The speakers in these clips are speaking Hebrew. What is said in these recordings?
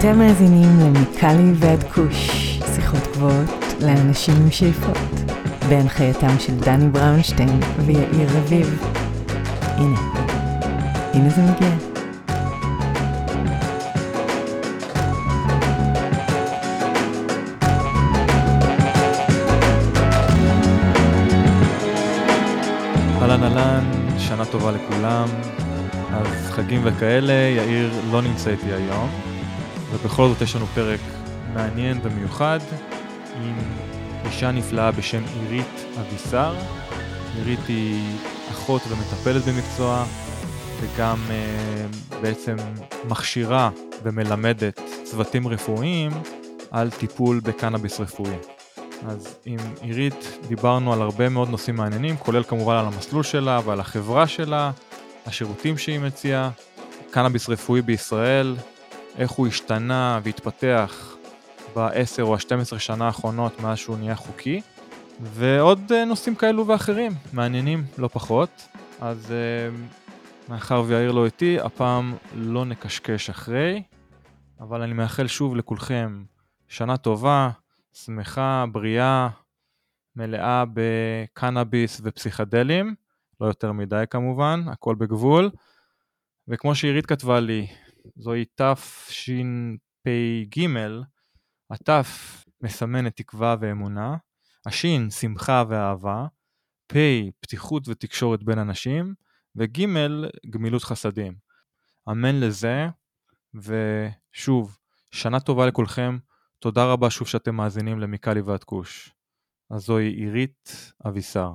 אתם מאזינים למיקלי ועד כוש, שיחות גבוהות לאנשים עם שאיפות, בהנחייתם של דני בראונשטיין ויאיר רביב. הנה זה מגיע. אהלן, שנה טובה לכולם. אז חגים וכאלה, יאיר לא נמצא איתי היום, ובכל זאת יש לנו פרק מעניין ומיוחד עם אישה נפלאה בשם עירית אבישר. עירית היא אחות ומטפלת במקצוע, וגם בעצם מכשירה ומלמדת צוותים רפואיים על טיפול בקנאביס רפואי. אז עם עירית דיברנו על הרבה מאוד נושאים מעניינים, כולל כמובן על המסלול שלה ועל החברה שלה, השירותים שהיא מציעה, קנאביס רפואי בישראל, איך הוא השתנה והתפתח ב10 או ה12 שנה האחרונות מאז שהוא נהיה חוקי, ועוד נושאים כאלו ואחרים, מעניינים לא פחות. אז מאחר ויאיר לא איתי, הפעם לא נקשקש אחרי, אבל אני מאחל שוב לכולכם שנה טובה, שמחה, בריאה, מלאה בקנאביס ופסיכדלים, לא יותר מדי כמובן, הכל בגבול. וכמו שעירית כתבה לי, זוהי תשפ"ג, התף מסמנת תקווה ואמונה, השין שמחה ואהבה, פ' פתיחות ותקשורת בין אנשים, וג' גמילות חסדים. אמן לזה, ושוב, שנה טובה לכולכם, תודה רבה שוב שאתם מאזינים למיקלי ועד כוש. אז זוהי עירית אבישר.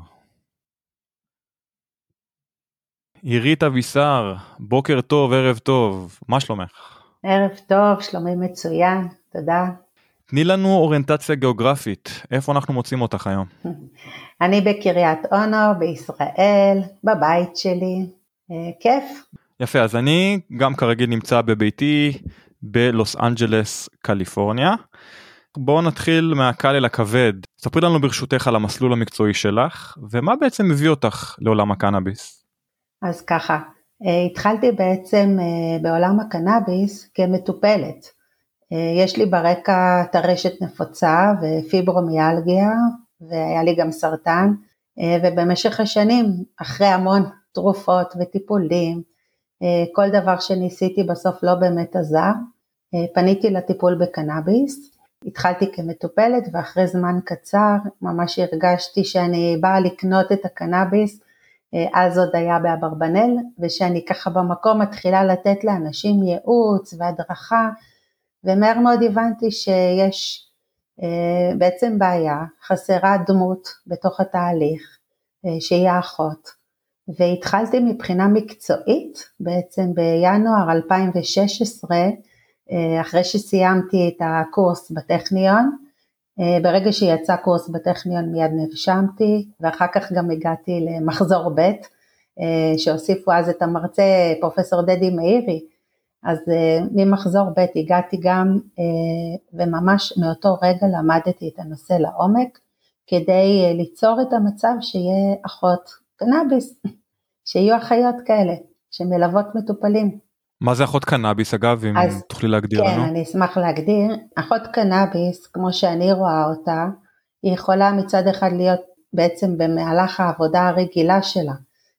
עירית אבישר, בוקר טוב, ערב טוב, מה שלומך? ערב טוב, שלומי מצוין, תודה. תני לנו אוריינטציה גיאוגרפית, איפה אנחנו מוצאים אותך היום? אני בקריית אונו, בישראל, בבית שלי, כיף. יפה, אז אני גם כרגיל נמצא בביתי בלוס אנג'לס, קליפורניה. בואו נתחיל מהקל אל הכבד. ספרי לנו ברשותך על המסלול המקצועי שלך, ומה בעצם מביא אותך לעולם הקנאביס? אז ככה, התחלתי בעצם בעולם הקנאביס כמטופלת. יש לי ברקע טרשת נפוצה ופיברומיאלגיה, והיה לי גם סרטן, ובמשך השנים, אחרי המון תרופות וטיפולים, כל דבר שניסיתי בסוף לא באמת עזר, פניתי לטיפול בקנאביס, התחלתי כמטופלת, ואחרי זמן קצר ממש הרגשתי שאני באה לקנות את הקנאביס, אז עוד היה באברבנל, ושאני ככה במקום מתחילה לתת לאנשים ייעוץ והדרכה, ומהר מאוד הבנתי שיש בעצם בעיה, חסרה דמות בתוך התהליך, שהיא האחות, והתחלתי מבחינה מקצועית, בעצם בינואר 2016, אחרי שסיימתי את הקורס בטכניון, ברגע שיצא קורס בטכניון מיד נרשמתי, ואחר כך גם הגעתי למחזור ב', שהוסיפו אז את המרצה פרופסור דדי מאירי, אז ממחזור ב' הגעתי גם, וממש מאותו רגע למדתי את הנושא לעומק, כדי ליצור את המצב שיהיה אחות קנאביס, שיהיו אחיות כאלה, שמלוות מטופלים. מה זה אחות קנאביס אגב, אם תוכלי להגדיר לנו? כן, אני אשמח להגדיר. אחות קנאביס, כמו שאני רואה אותה, היא יכולה מצד אחד להיות בעצם במהלך העבודה הרגילה שלה,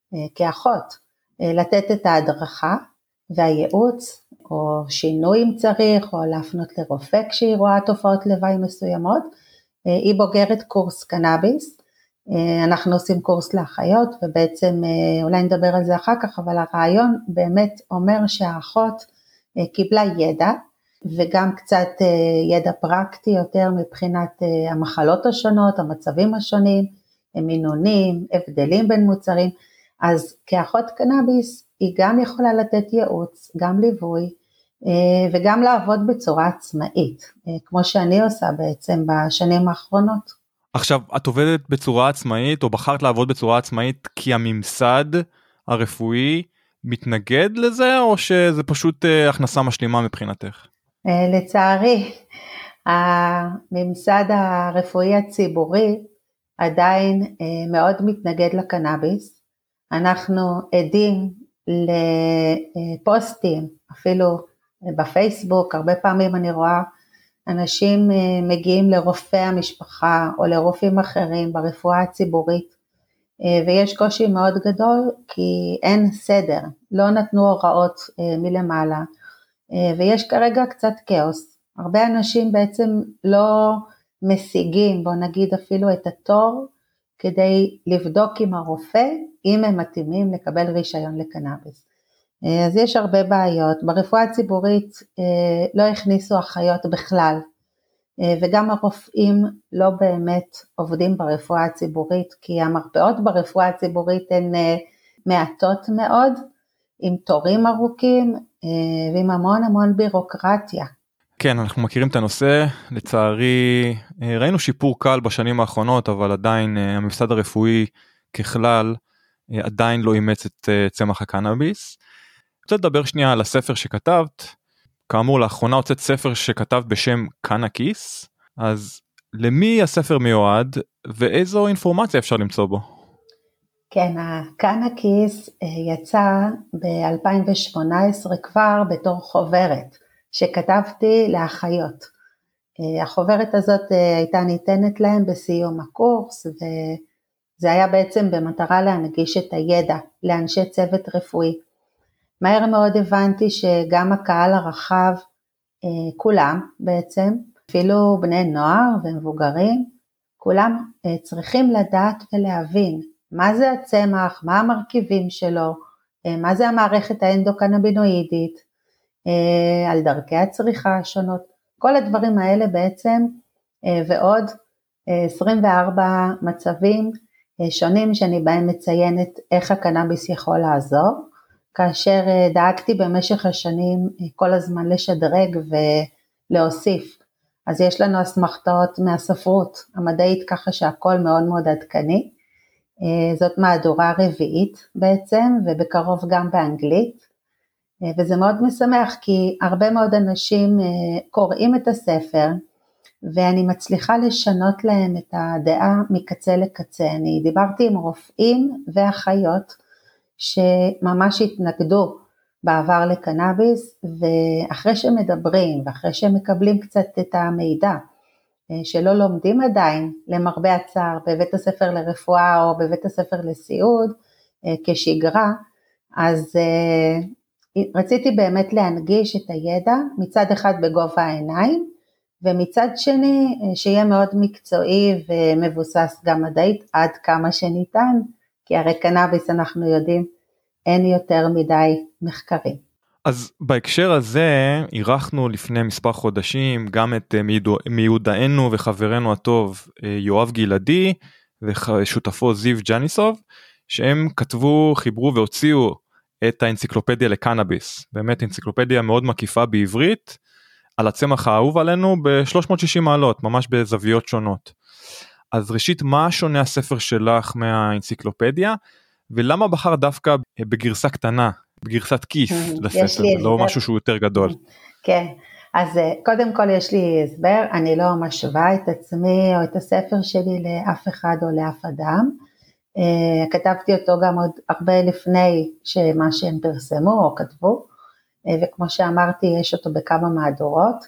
כאחות, לתת את ההדרכה והייעוץ, או שינוי אם צריך, או להפנות לרופא כשהיא רואה תופעות לוואי מסוימות. היא בוגרת קורס קנאביס, אנחנו עושים קורס לאחיות, ובעצם אולי נדבר על זה אחר כך, אבל הרעיון באמת אומר שהאחות קיבלה ידע, וגם קצת ידע פרקטי יותר מבחינת המחלות השונות, המצבים השונים, מינונים, הבדלים בין מוצרים. אז כאחות קנאביס היא גם יכולה לתת ייעוץ, גם ליווי, וגם לעבוד בצורה עצמאית, כמו שאני עושה בעצם בשנים האחרונות. עכשיו, את עובדת בצורה עצמאית, או בחרת לעבוד בצורה עצמאית, כי הממסד הרפואי מתנגד לזה, או שזה פשוט הכנסה משלימה מבחינתך? לצערי, הממסד הרפואי הציבורי עדיין מאוד מתנגד לקנאביס. אנחנו עדים לפוסטים, אפילו בפייסבוק, הרבה פעמים אני רואה אנשים מגיעים לרופא המשפחה או לרופאים אחרים ברפואה הציבורית, ויש קושי מאוד גדול כי אין סדר, לא נתנו הוראות מלמעלה, ויש כרגע קצת כאוס. הרבה אנשים בעצם לא משיגים, בוא נגיד אפילו את התור, כדי לבדוק עם הרופא אם הם מתאימים לקבל רישיון לקנאביס. אז יש הרבה בעיות. ברפואה הציבורית לא הכניסו אחיות בכלל, וגם הרופאים לא באמת עובדים ברפואה הציבורית, כי המרפאות ברפואה הציבורית הן מעטות מאוד, עם תורים ארוכים ועם המון בירוקרטיה. כן, אנחנו מכירים את הנושא, לצערי ראינו שיפור קל בשנים האחרונות, אבל עדיין הממסד הרפואי ככלל עדיין לא אימץ את צמח הקנאביס. רוצה לדבר שנייה על הספר שכתבת, כאמור לאחרונה הוצאת ספר שכתבת בשם קנאקיס, אז למי הספר מיועד ואיזו אינפורמציה אפשר למצוא בו? כן, הקנאקיס יצא ב-2018 כבר בתור חוברת שכתבתי לאחיות. החוברת הזאת הייתה ניתנת להם בסיום הקורס, וזה היה בעצם במטרה להנגיש את הידע לאנשי צוות רפואי. מהר מאוד הבנתי שגם הקהל הרחב, כולם בעצם, אפילו בני נוער ומבוגרים, כולם צריכים לדעת ולהבין מה זה הצמח, מה המרכיבים שלו, מה זה המערכת האנדוקנבינואידית, על דרכי הצריכה השונות, כל הדברים האלה בעצם, ועוד 24 מצבים שונים שאני בהם מציינת איך הקנאביס יכול לעזור, כאשר דאגתי במשך השנים כל הזמן לשדרג ולהוסיף. אז יש לנו אסמכתאות מהספרות המדעית, ככה שהכל מאוד עדכני. זאת מהדורה רביעית בעצם, ובקרוב גם באנגלית. וזה מאוד משמח, כי הרבה מאוד אנשים קוראים את הספר, ואני מצליחה לשנות להם את הדעה מקצה לקצה. אני דיברתי עם רופאים ואחיות, שממש התנגדו בעבר לקנאביס, ואחרי שמדברים, ואחרי שמקבלים קצת את המידע, שלא לומדים עדיין, למרבה הצער, בבית הספר לרפואה או בבית הספר לסיעוד, כשגרה, אז רציתי באמת להנגיש את הידע, מצד אחד בגובה העיניים, ומצד שני שיהיה מאוד מקצועי ומבוסס גם מדעית עד כמה שניתן, כי הרי קנאביס אנחנו יודעים, אין יותר מדי מחקרים. אז בהקשר הזה, אירחנו לפני מספר חודשים, גם את מיודענו וחברנו הטוב, יואב גלעדי, ושותפו זיו ג'ניסוב, שהם כתבו, חיברו והוציאו את האנציקלופדיה לקנאביס, באמת אנציקלופדיה מאוד מקיפה בעברית, על הצמח האהוב עלינו ב-360 מעלות, ממש בזוויות שונות. אז ראשית, מה שונה הספר שלך מהאנציקלופדיה, ולמה בחר דווקא בגרסה קטנה, בגרסת כיס לספר, לא משהו שהוא יותר גדול? כן, אז קודם כל יש לי הסבר, אני לא משווה את עצמי או את הספר שלי לאף אחד או לאף אדם, כתבתי אותו גם עוד הרבה לפני שמה שהם פרסמו או כתבו, וכמו שאמרתי יש אותו בכמה מהדורות,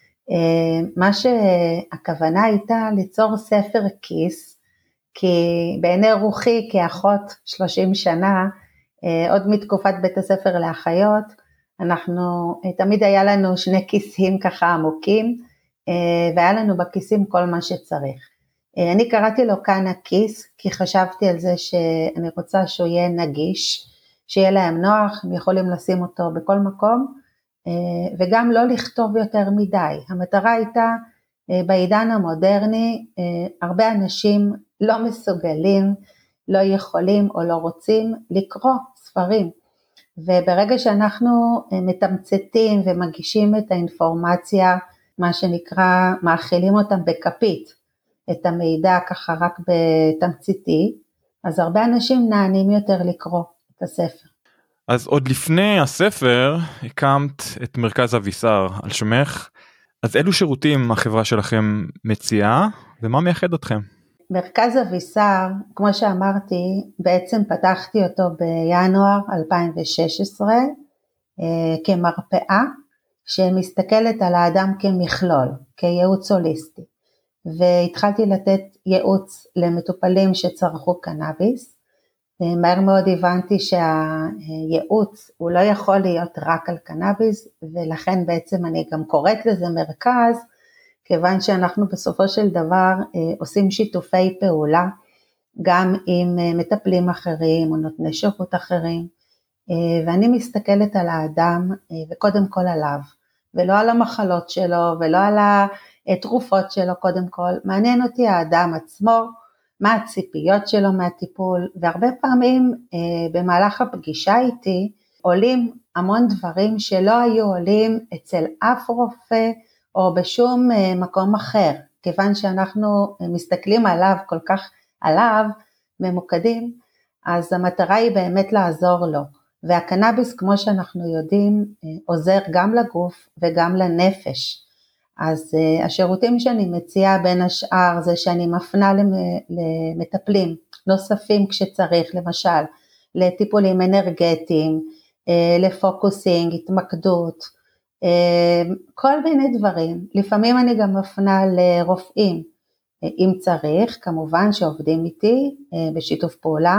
מה שהכוונה הייתה ליצור ספר כיס, כי בעיני רוחי כאחות 30 שנה, עוד מתקופת בית הספר לאחיות, אנחנו, תמיד היה לנו שני כיסים ככה עמוקים, והיה לנו בכיסים כל מה שצריך. אני קראתי לו כאן הכיס, כי חשבתי על זה שאני רוצה שהוא יהיה נגיש, שיהיה להם נוח, הם יכולים לשים אותו בכל מקום, וגם לא לכתוב יותר מדי. המטרה הייתה, בעידן המודרני, הרבה אנשים לא מסוגלים, לא יכולים או לא רוצים לקרוא ספרים, וברגע שאנחנו מתמצתים ומגישים את האינפורמציה, מה שנקרא, מאכילים אותם בכפית, את המידע ככה רק בתמציתי, אז הרבה אנשים נענים יותר לקרוא את הספר. אז עוד לפני הספר הקמת את מרכז אבישר על שמך, אז אילו שירותים החברה שלכם מציעה ומה מייחד אתכם? מרכז אבישר, כמו שאמרתי, בעצם פתחתי אותו בינואר 2016 כמרפאה שמסתכלת על האדם כמכלול, כייעוץ הוליסטי, והתחלתי לתת ייעוץ למטופלים שצרכו קנאביס. מהר מאוד הבנתי שהייעוץ הוא לא יכול להיות רק על קנאביס, ולכן בעצם אני גם קוראת לזה מרכז, כיוון שאנחנו בסופו של דבר עושים שיתופי פעולה, גם עם מטפלים אחרים או נותני שירות אחרים, ואני מסתכלת על האדם וקודם כל עליו, ולא על המחלות שלו ולא על התרופות שלו קודם כל, מעניין אותי האדם עצמו, מה הציפיות שלו מהטיפול, והרבה פעמים במהלך הפגישה איתי עולים המון דברים שלא היו עולים אצל אף רופא או בשום מקום אחר, כיוון שאנחנו מסתכלים עליו כל כך עליו, ממוקדים, אז המטרה היא באמת לעזור לו, והקנאביס כמו שאנחנו יודעים עוזר גם לגוף וגם לנפש. אז השירותים שאני מציעה בין השאר זה שאני מפנה למטפלים נוספים כשצריך, למשל לטיפולים אנרגטיים, לפוקוסינג, התמקדות, כל מיני דברים. לפעמים אני גם מפנה לרופאים, אם צריך, כמובן שעובדים איתי בשיתוף פעולה.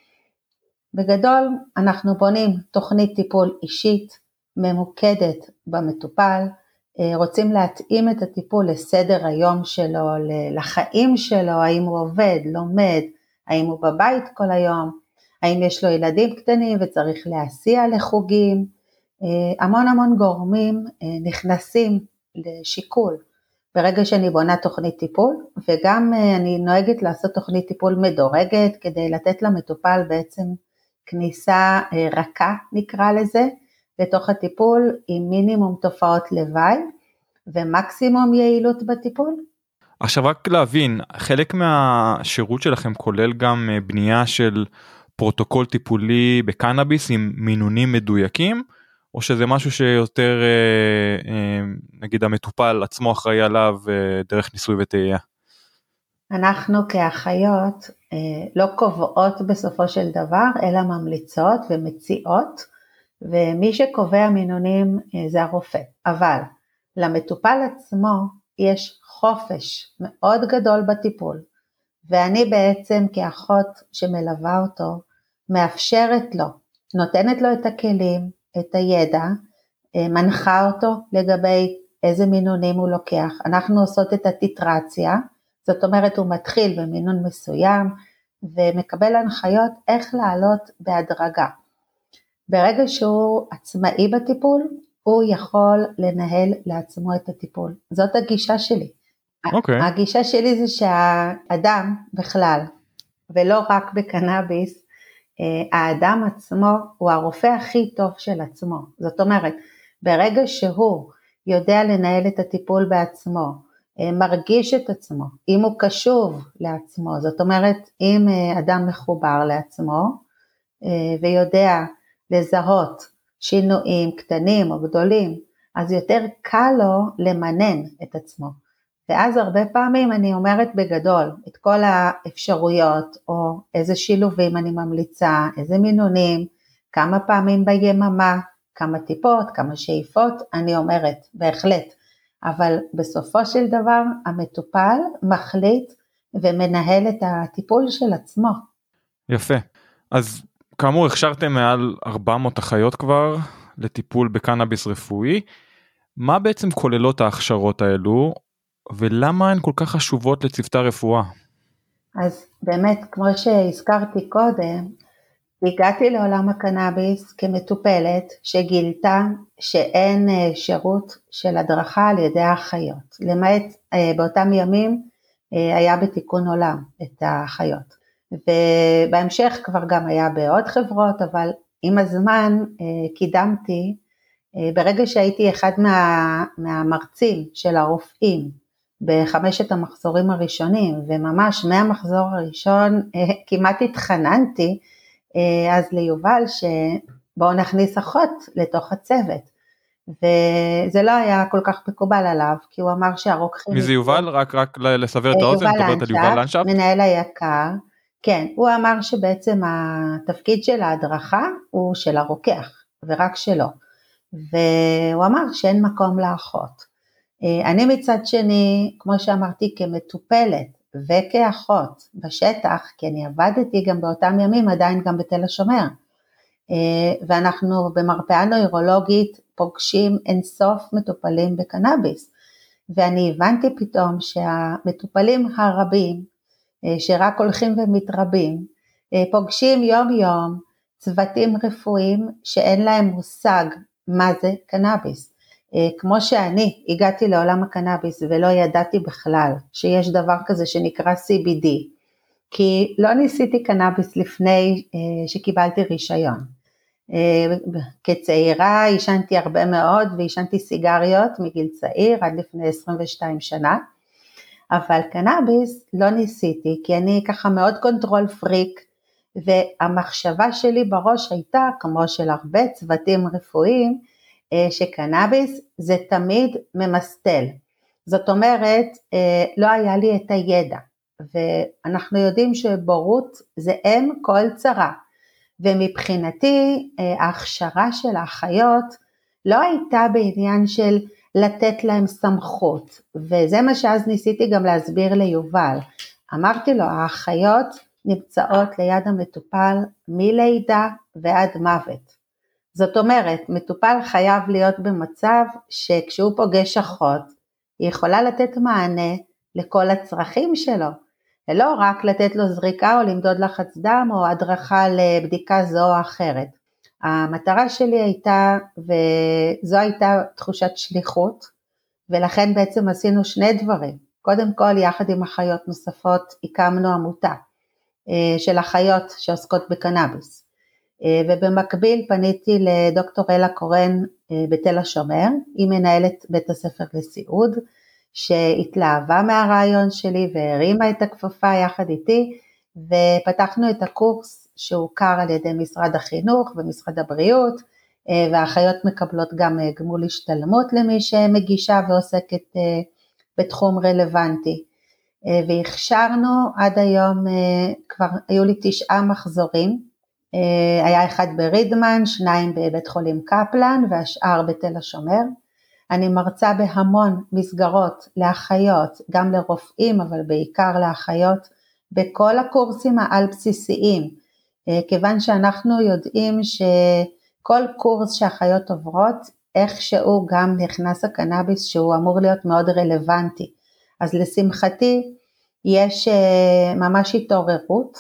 בגדול אנחנו בונים תוכנית טיפול אישית ממוקדת במטופל, רוצים להתאים את הטיפול לסדר היום שלו, לחיים שלו, האם הוא עובד, לומד, האם הוא בבית כל היום, האם יש לו ילדים קטנים וצריך להסיע לחוגים, המון גורמים נכנסים לשיקול ברגע שאני בונה תוכנית טיפול, וגם אני נוהגת לעשות תוכנית טיפול מדורגת כדי לתת למטופל בעצם כניסה רכה נקרא לזה, לתוך הטיפול עם מינימום תופעות לוואי ומקסימום יעילות בטיפול. עכשיו רק להבין, חלק מהשירות שלכם כולל גם בנייה של פרוטוקול טיפולי בקנאביס עם מינונים מדויקים, או שזה משהו שיותר נגיד המטופל עצמו אחראי עליו דרך ניסוי וטעייה? אנחנו כאחיות לא קובעות בסופו של דבר, אלא ממליצות ומציעות, ומי שקובע מינונים זה הרופא. אבל למטופל עצמו יש חופש מאוד גדול בטיפול, ואני בעצם כאחות שמלווה אותו, מאפשרת לו, נותנת לו את הכלים, את הידע, מנחה אותו לגבי איזה מינונים הוא לוקח. אנחנו עושות את הטיטרציה, זאת אומרת הוא מתחיל במינון מסוים, ומקבל הנחיות איך לעלות בהדרגה. ברגע שהוא עצמאי בטיפול, הוא יכול לנהל לעצמו את הטיפול. זאת הגישה שלי. Okay. הגישה שלי זה שהאדם בכלל, ולא רק בקנאביס, האדם עצמו הוא הרופא הכי טוב של עצמו. זאת אומרת, ברגע שהוא יודע לנהל את הטיפול בעצמו, מרגיש את עצמו, אם הוא קשוב לעצמו, זאת אומרת, אם אדם מחובר לעצמו, ויודע לזהות שינויים קטנים או גדולים, אז יותר קל לו למנן את עצמו. ואז הרבה פעמים אני אומרת בגדול את כל האפשרויות, או איזה שילובים אני ממליצה, איזה מינונים, כמה פעמים ביממה, כמה טיפות, כמה שאיפות, אני אומרת בהחלט. אבל בסופו של דבר המטופל מחליט ומנהל את הטיפול של עצמו. יפה. אז כאמור הכשרתם מעל 400 אחיות כבר לטיפול בקנאביס רפואי. מה בעצם כוללות ההכשרות האלו, ולמה הן כל כך חשובות לצוותי הרפואה? אז באמת, כמו שהזכרתי קודם, הגעתי לעולם הקנאביס כמטופלת שגילתה שאין שירות של הדרכה על ידי האחיות, למעט באותם ימים היה בתיקון עולם את האחיות, ובהמשך כבר גם היה בעוד חברות, אבל עם הזמן קידמתי, ברגע שהייתי אחד מהמרצים של הרופאים, ב5 המחזורים הראשונים, וממש מהמחזור הראשון כמעט התחננתי, אז ליובל שבואו נכניס אחות לתוך הצוות, וזה לא היה כל כך מקובל עליו, כי הוא אמר שהרוקחים... מי זה יובל? רק לסבר את האוזן, מדברת על יובל לנשפט? מנהל היקר, כן, הוא אמר שבעצם התפקיד של ההדרכה הוא של הרוקח, ורק שלו, והוא אמר שאין מקום לאחות. אני מצד שני, כמו שאמרתי, כמטופלת וכאחות בשטח, כי אני עבדתי גם באותם ימים עדיין גם בתל השומר, ואנחנו במרפאה נוירולוגית פוגשים אינסוף מטופלים בקנאביס, ואני הבנתי פתאום שהמטופלים הרבים, שרק הולכים ומתרבים, פוגשים יום יום צוותים רפואיים שאין להם מושג מה זה קנאביס. כמו שאני הגעתי לעולם הקנאביס ולא ידעתי בכלל שיש דבר כזה שנקרא CBD, כי לא ניסיתי קנאביס לפני שקיבלתי רישיון. כצעירה עישנתי הרבה מאוד ועישנתי סיגריות מגיל צעיר עד לפני 22 שנה, אבל קנאביס לא ניסיתי כי אני ככה מאוד קונטרול פריק, והמחשבה שלי בראש הייתה, כמו של הרבה צוותים רפואיים, שקנאביס זה תמיד ממסטל. זאת אומרת, לא היה לי את הידע, ואנחנו יודעים שבורות זה אם כל צרה, ומבחינתי ההכשרה של האחיות לא הייתה בעניין של לתת להם סמכות, וזה מה שאז ניסיתי גם להסביר ליובל. אמרתי לו, האחיות נמצאות ליד המטופל מלידה ועד מוות. זאת אומרת, מטופל חייב להיות במצב שכשהוא פוגש אחות, היא יכולה לתת מענה לכל הצרכים שלו, ולא רק לתת לו זריקה או למדוד לחץ דם או הדרכה לבדיקה זו או אחרת. המטרה שלי הייתה, וזו הייתה תחושת שליחות, ולכן בעצם עשינו שני דברים. קודם כל, יחד עם אחיות נוספות, הקמנו עמותה של אחיות שעוסקות בקנאביס. ובמקביל פניתי לדוקטור אלה קורן בתל השומר, היא מנהלת בית הספר לסיעוד, שהתלהבה מהרעיון שלי והרימה את הכפפה יחד איתי, ופתחנו את הקורס שהוכר על ידי משרד החינוך ומשרד הבריאות, והאחיות מקבלות גם גמול השתלמות למי שמגישה ועוסקת בתחום רלוונטי. והכשרנו עד היום, כבר היו לי 9 מחזורים, היה אחד ברידמן, 2 בבית חולים קפלן והשאר בתל השומר. אני מרצה בהמון מסגרות לאחיות, גם לרופאים אבל בעיקר לאחיות, בכל הקורסים העל בסיסיים, כיוון שאנחנו יודעים שכל קורס שאחיות עוברות, איכשהו גם נכנס הקנאביס שהוא אמור להיות מאוד רלוונטי. אז לשמחתי יש ממש התעוררות,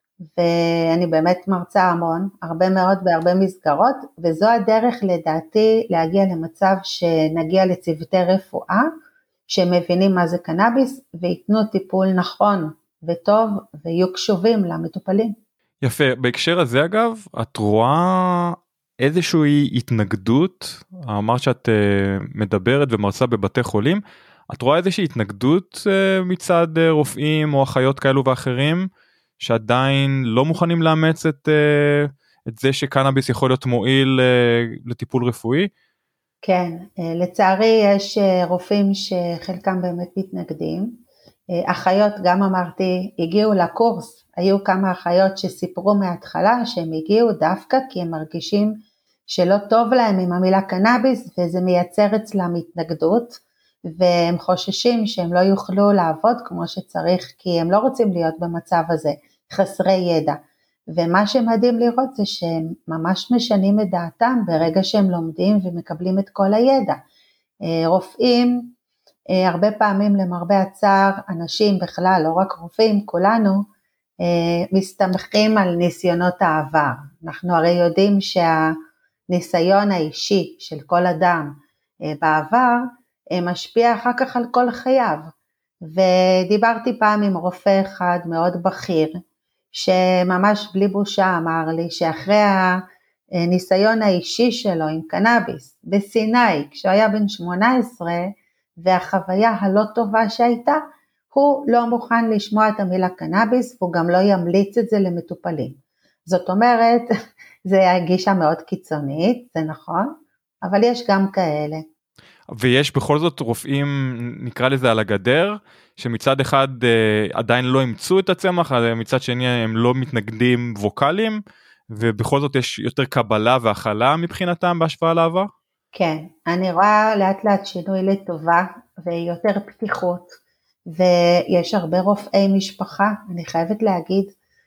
ואני באמת מרצה המון, הרבה מאוד בהרבה מסגרות, וזו הדרך לדעתי להגיע למצב שנגיע לצוותי רפואה, שמבינים מה זה קנאביס, ויתנו טיפול נכון וטוב, ויהיו קשובים למטופלים. יפה, בהקשר הזה אגב, את רואה איזושהי התנגדות, אמרת שאת מדברת ומרצה בבתי חולים, את רואה איזושהי התנגדות מצד רופאים או אחיות כאלו ואחרים, שעדיין לא מוכנים לאמץ את זה שקנאביס יכול להיות מועיל לטיפול רפואי? כן, לצערי יש רופאים שחלקם באמת מתנגדים, אחיות גם אמרתי הגיעו לקורס, היו כמה אחיות שסיפרו מההתחלה שהם הגיעו דווקא כי הם מרגישים שלא טוב להם עם המילה קנאביס וזה מייצר אצלם התנגדות, והם חוששים שהם לא יוכלו לעבוד כמו שצריך כי הם לא רוצים להיות במצב הזה, חסרי ידע. ומה שמדהים לראות זה שהם ממש משנים את דעתם ברגע שהם לומדים ומקבלים את כל הידע. רופאים, הרבה פעמים למרבה הצער, אנשים בכלל, לא רק רופאים, כולנו, מסתמכים על ניסיונות העבר. אנחנו הרי יודעים שהניסיון האישי של כל אדם בעבר, משפיע אחר כך על כל חייו. ודיברתי פעם עם רופא אחד מאוד בכיר, שממש בלי בושה אמר לי שאחרי הניסיון האישי שלו עם קנאביס בסיני, כשהוא היה בן 18, והחוויה הלא טובה שהייתה, הוא לא מוכן לשמוע את המילה קנאביס, והוא גם לא ימליץ את זה למטופלים. זאת אומרת, זה הגישה מאוד קיצונית, זה נכון, אבל יש גם כאלה. ויש בכל זאת רופאים, נקרא לזה על הגדר, שמצד אחד עדיין לא אימצו את הצמח, מצד שני הם לא מתנגדים ווקליים, ובכל זאת יש יותר קבלה והכלה מבחינתם בהשוואה לעבר? כן, אני רואה לאט לאט שינוי לטובה ויותר פתיחות, ויש הרבה רופאי משפחה. אני חייבת להגיד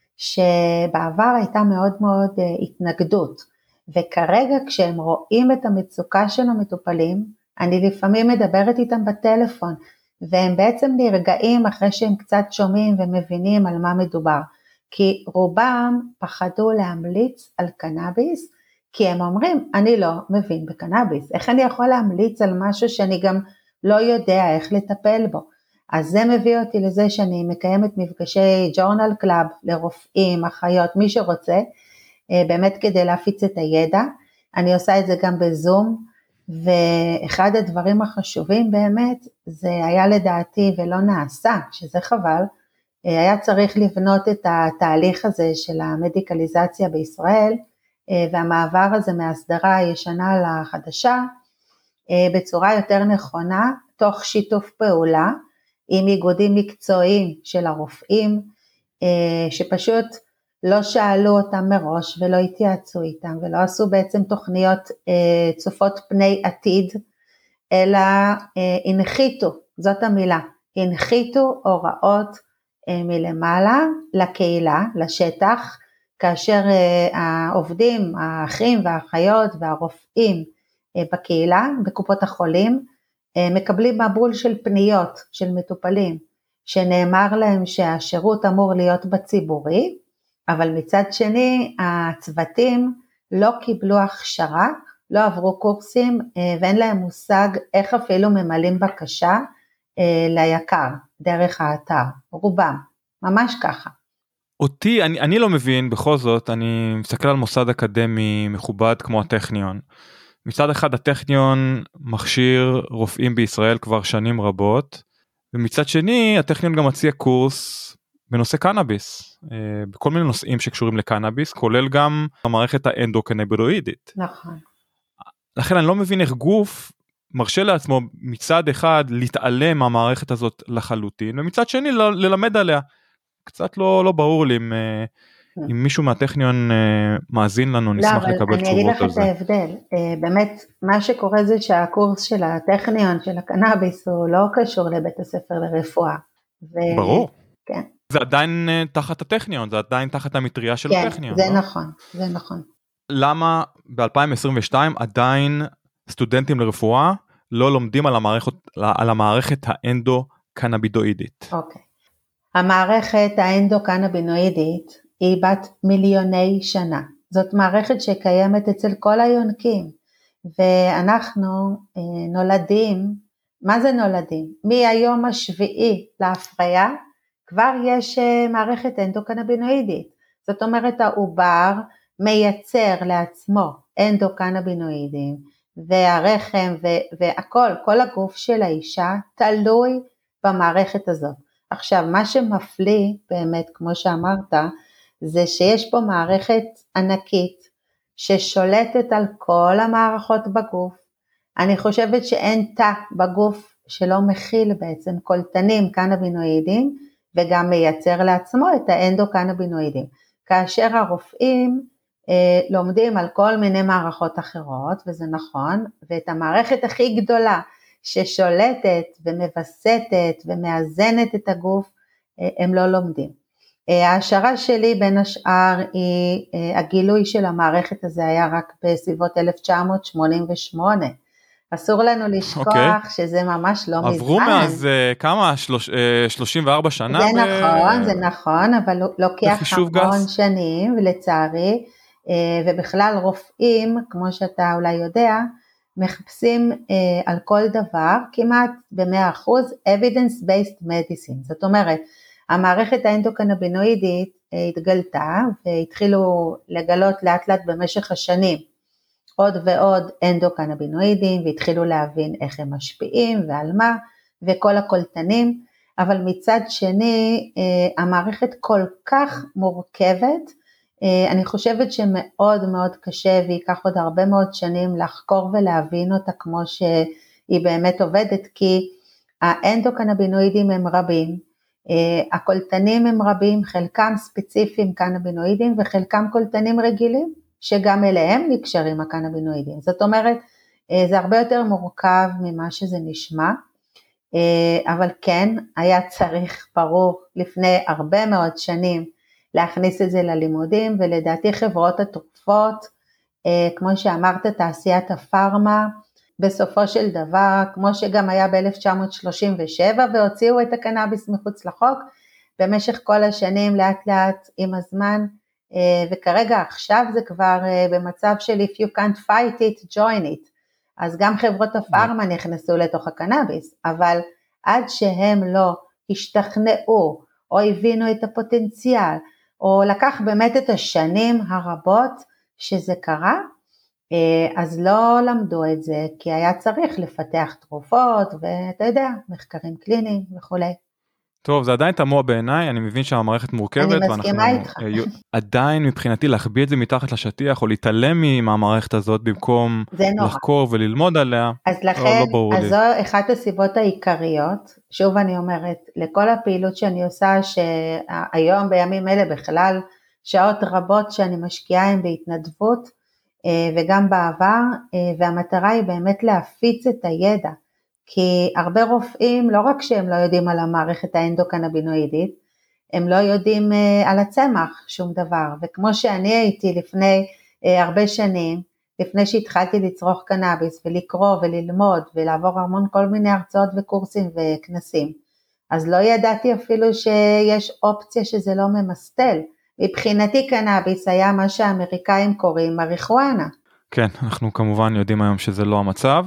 שבעבר הייתה מאוד מאוד התנגדות, וכרגע כשהם רואים את המצוקה של המטופלים, אני לפעמים מדברת איתם בטלפון, והם בעצם נרגעים אחרי שהם קצת שומעים ומבינים על מה מדובר, כי רובם פחדו להמליץ על קנאביס, כי הם אומרים, אני לא מבין בקנאביס, איך אני יכול להמליץ על משהו שאני גם לא יודע איך לטפל בו. אז זה מביא אותי לזה שאני מקיימת מפגשי ג'ורנל קלאב לרופאים, אחיות, מי שרוצה, באמת כדי להפיץ את הידע. אני עושה את זה גם בזום, ואחד הדברים החשובים באמת, זה היה לדעתי ולא נעשה, שזה חבל, היה צריך לבנות את התהליך הזה של המדיקליזציה בישראל, והמעבר הזה מהסדרה הישנה לחדשה, בצורה יותר נכונה, תוך שיתוף פעולה, עם איגודים מקצועיים של הרופאים, שפשוט לא שאלו אותם מראש, ולא התייעצו איתם, ולא עשו בעצם תוכניות צופות פני עתיד, אלא הנחיתו, זאת המילה, הנחיתו הוראות מלמעלה לקהילה, לשטח, כאשר העובדים, האחים והאחיות והרופאים בקהילה, בקופות החולים, מקבלים מבול של פניות של מטופלים, שנאמר להם שהשירות אמור להיות בציבורי, אבל מצד שני הצוותים לא קיבלו הכשרה, לא עברו קורסים, ואין להם מושג איך אפילו ממלאים בקשה ליקר, דרך האתר, רובם, ממש ככה. אותי, אני לא מבין, בכל זאת, אני מסתכל על מוסד אקדמי מכובד כמו הטכניון. מצד אחד הטכניון מכשיר רופאים בישראל כבר שנים רבות, ומצד שני הטכניון גם מציע קורס בנושא קנאביס, בכל מיני נושאים שקשורים לקנאביס, כולל גם המערכת האנדוקנבינואידית. נכון. לכן אני לא מבין איך גוף מרשה לעצמו מצד אחד להתעלם מהמערכת הזאת לחלוטין, ומצד שני ללמד עליה. קצת לא ברור לי אם מישהו מהטכניון מאזין לנו, נשמח לקבל תשובות על זה. אני אגיד לך את ההבדל, באמת מה שקורה זה שהקורס של הטכניון של הקנאביס הוא לא קשור לבית הספר לרפואה. ברור. כן. זה עדיין תחת הטכניון, זה עדיין תחת המטריה של הטכניון. כן, זה נכון, זה נכון. למה ב-2022 עדיין סטודנטים לרפואה לא לומדים על המערכת האנדוקנבינואידית? אוקיי. המערכת האנדוקנבינואידית היא בת מיליוני שנה. זאת מערכת שקיימת אצל כל היונקים, ואנחנו נולדים, מה זה נולדים? מהיום השביעי להפריה, כבר יש מערכת אנדוקנבינואידית. זאת אומרת, העובר מייצר לעצמו אנדוקנבינואידים, והרחם והכל, כל הגוף של האישה תלוי במערכת הזאת. עכשיו, מה שמפליא באמת, כמו שאמרת, זה שיש פה מערכת ענקית, ששולטת על כל המערכות בגוף. אני חושבת שאין תא בגוף שלא מכיל בעצם קולטנים קנבינואידים, וגם מייצר לעצמו את האנדוקנבינואידים. כאשר הרופאים לומדים על כל מיני מערכות אחרות, וזה נכון, ואת המערכת הכי גדולה, ששולטת ומבסטת ומאזנת את הגוף, הם לא לומדים. ההשערה שלי בין השאר היא, הגילוי של המערכת הזה היה רק בסביבות 1988, אסור לנו לשכוח שזה ממש לא מזמן. עברו מאז כמה? 34 שנה? זה נכון, אבל לוקח המון שנים, ולצערי, ובכלל רופאים, כמו שאתה אולי יודע, מחפשים על כל דבר, כמעט ב100% evidence-based medicine. זאת אומרת, המערכת האנדוקנבינואידית התגלתה, והתחילו לגלות לאט לאט במשך השנים, עוד ועוד אנדוקנבינואידים, והתחילו להבין איך הם משפיעים ועל מה, וכל הקולטנים, אבל מצד שני, המערכת כל כך מורכבת, אני חושבת שמאוד מאוד קשה, וייקח עוד הרבה מאוד שנים לחקור ולהבין אותה כמו שהיא באמת עובדת, כי האנדוקנבינואידים הם רבים, הקולטנים הם רבים, חלקם ספציפיים קנבינואידים, וחלקם קולטנים רגילים, שגם אליהם נקשרים הקנבינואידים. זאת אומרת, זה הרבה יותר מורכב ממה שזה נשמע, אבל כן, היה צריך ברור לפני הרבה מאוד שנים להכניס את זה ללימודים, ולדעתי חברות התרופות, כמו שאמרת, תעשיית הפארמה, בסופו של דבר, כמו שגם היה ב-1937, והוציאו את הקנאביס מחוץ לחוק, במשך כל השנים לאט לאט עם הזמן, וכרגע עכשיו זה כבר במצב של if you can't fight it, join it, אז גם חברות הפארמה נכנסו לתוך הקנאביס, אבל עד שהם לא השתכנעו, או הבינו את הפוטנציאל, או לקח באמת את השנים הרבות שזה קרה, אז לא למדו את זה, כי היה צריך לפתח תרופות, ואתה יודע, מחקרים קליניים וכולי. טוב, זה עדיין תמוה בעיניי, אני מבין שהמערכת מורכבת, אני מסכימה איתך. עדיין מבחינתי להחביא את זה מתחת לשטיח, או להתעלם מהמערכת הזאת, במקום לחקור וללמוד עליה, אז לכן, אז זו אחת הסיבות העיקריות, שוב אני אומרת, לכל הפעילות שאני עושה, שהיום בימים אלה בכלל, שעות רבות שאני משקיעה הן בהתנדבות, וגם בעבר, והמטרה היא באמת להפיץ את הידע, כי הרבה רופאים, לא רק שהם לא יודעים על המערכת האנדוקנבינואידית, הם לא יודעים על הצמח שום דבר, וכמו שאני הייתי לפני הרבה שנים, לפני שהתחלתי לצרוך קנאביס, ולקרוא וללמוד, ולעבור המון כל מיני הרצאות וקורסים וכנסים, אז לא ידעתי אפילו שיש אופציה שזה לא ממסטל, מבחינתי קנאביס היה מה שהאמריקאים קוראים מריחואנה. כן, אנחנו כמובן יודעים היום שזה לא המצב.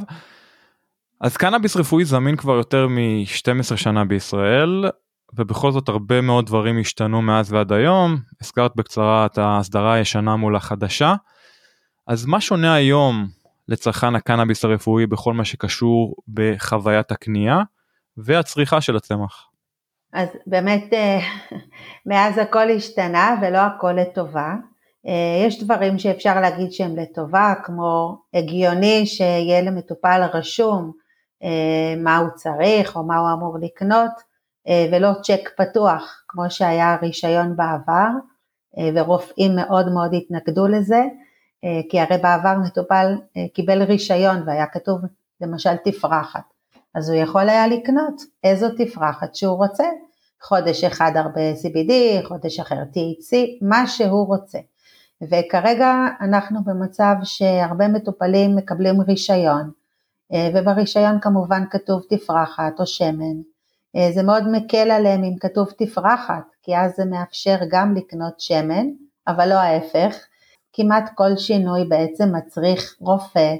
אז קנאביס רפואי זמין כבר יותר מ-12 שנה בישראל, ובכל זאת הרבה מאוד דברים השתנו מאז ועד היום. הזכרת בקצרה את ההסדרה הישנה מול החדשה. אז מה שונה היום לצרכן הקנאביס הרפואי בכל מה שקשור בחוויית הקנייה והצריכה של הצמח? אז באמת מאז הכל השתנה ולא הכל לטובה. יש דברים שאפשר להגיד שהם לטובה, כמו הגיוני שיהיה למטופל רשום מה הוא צריך או מה הוא אמור לקנות, ולא צ'ק פתוח כמו שהיה רישיון בעבר, ורופאים מאוד מאוד התנגדו לזה, כי הרי בעבר מטופל קיבל רישיון והיה כתוב למשל תפרחת, אז הוא יכול היה לקנות איזו תפרחת שהוא רוצה, חודש אחד הרבה CBD, חודש אחר THC, מה שהוא רוצה. וכרגע אנחנו במצב שהרבה מטופלים מקבלים רישיון, וברישיון כמובן כתוב תפרחת או שמן. זה מאוד מקל עליהם אם כתוב תפרחת, כי אז זה מאפשר גם לקנות שמן, אבל לא ההפך. כמעט כל שינוי בעצם מצריך רופא,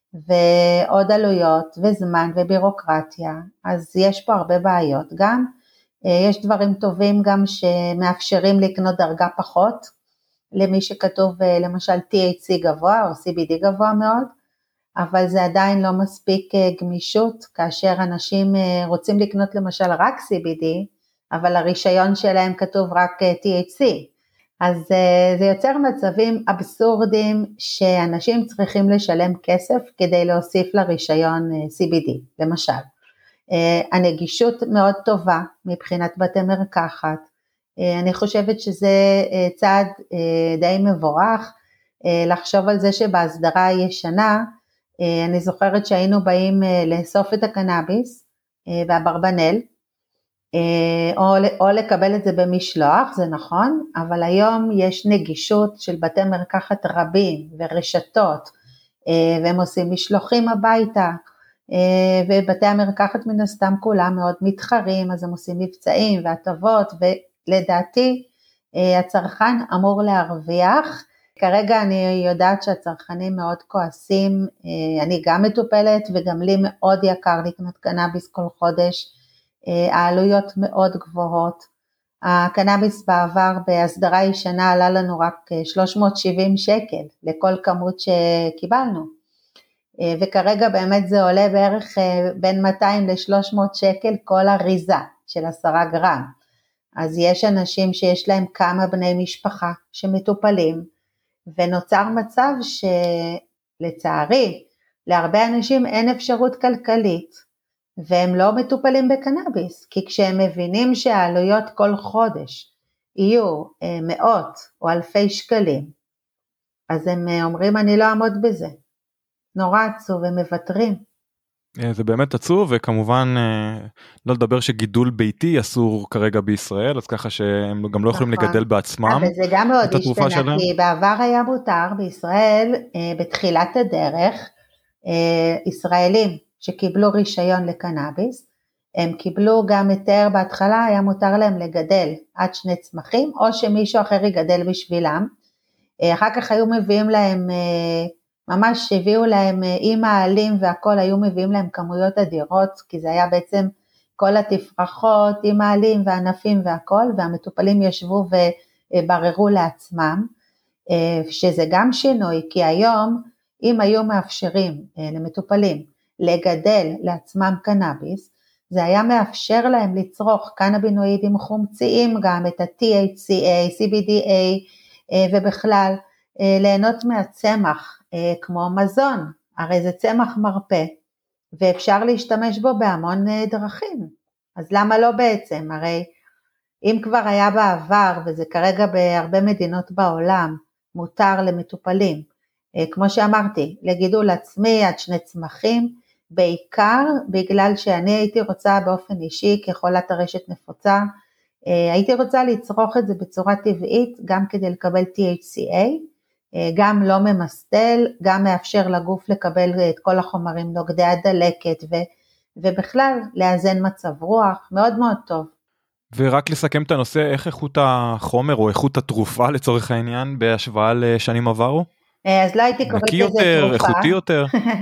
ועוד עלויות וזמן ובירוקרטיה, אז יש פה הרבה בעיות. גם יש דברים טובים גם שמאפשרים לקנות דרגה פחות, למי שכתוב למשל THC גבוה או CBD גבוה מאוד, אבל זה עדיין לא מספיק גמישות, כאשר אנשים רוצים לקנות למשל רק CBD, אבל הרישיון שלהם כתוב רק THC, אז זה יוצר מצבים אבסורדים שאנשים צריכים לשלם כסף כדי להוסיף לרישיון CBD, למשל. הנגישות מאוד טובה מבחינת בתי מרקחת, אני חושבת שזה צעד די מבורך, לחשוב על זה שבהסדרה הישנה, אני זוכרת שהיינו באים לאסוף את הקנאביס והברבנל, או לקבל את זה במשלוח, זה נכון, אבל היום יש נגישות של בתי מרקחת רבים ורשתות, והם עושים משלוחים הביתה, ובתי המרקחת מן הסתם כולם מאוד מתחרים, אז הם עושים מבצעים והטבות, ולדעתי הצרכן אמור להרוויח. כרגע אני יודעת שהצרכנים מאוד כועסים, אני גם מטופלת וגם לי מאוד יקר לקנות קנאביס כל חודש, העלויות מאוד גבוהות, הקנאביס בעבר בהסדרה ישנה עלה לנו רק 370 שקל לכל כמות שקיבלנו, וכרגע באמת זה עולה בערך בין 200 ל-300 שקל כל אריזה של 10 גרם, אז יש אנשים שיש להם כמה בני משפחה שמטופלים, ונוצר מצב שלצערי להרבה אנשים אין אפשרות כלכלית, והם לא מטופלים בקנאביס, כי כשהם מבינים שהעלויות כל חודש יהיו מאות או אלפי שקלים, אז הם אומרים אני לא אעמוד בזה, נורא עצוב, הם מוותרים. זה באמת עצוב, וכמובן לא לדבר שגידול ביתי אסור כרגע בישראל, אז ככה שהם גם לא יכולים לגדל בעצמם וזה גם מאוד את התרופה השתנה, שלהם. כי בעבר היה מותר בישראל, בתחילת הדרך, ישראלים שקיבלו רישיון לקנאביס, הם קיבלו גם היתר בהתחלה, היה מותר להם לגדל עד 2 צמחים, או שמישהו אחר יגדל בשבילם, אחר כך היו מביאים להם, ממש הביאו להם עם העלים והכל, היו מביאים להם כמויות אדירות, כי זה היה בעצם כל התפרחות עם העלים והענפים והכל, והמטופלים ישבו ובררו לעצמם, שזה גם שינוי, כי היום אם היו מאפשרים למטופלים לגדל לעצמם קנאביס, זה היה מאפשר להם לצרוך קנבינואידים חומציים, גם את ה-THCA, CBDA, ובכלל ליהנות מהצמח כמו מזון, הרי זה צמח מרפא, ואפשר להשתמש בו בהמון דרכים, אז למה לא בעצם? הרי אם כבר היה בעבר, וזה כרגע בהרבה מדינות בעולם, מותר למטופלים, כמו שאמרתי, לגידול עצמי עד 2 צמחים, בעיקר בגלל שאני הייתי רוצה באופן אישי, כחולת הרשת נפוצה, הייתי רוצה לצרוך את זה בצורה טבעית, גם כדי לקבל THCA, גם לא ממסטל, גם מאפשר לגוף לקבל את כל החומרים נוגדי הדלקת, ובכלל לאזן מצב רוח, מאוד מאוד טוב. ורק לסכם את הנושא, איך איכות החומר או איכות התרופה לצורך העניין, בהשוואה לשנים עברו? אז לא הייתי קוראת לזה תרופה. נקי יותר, איכותי יותר?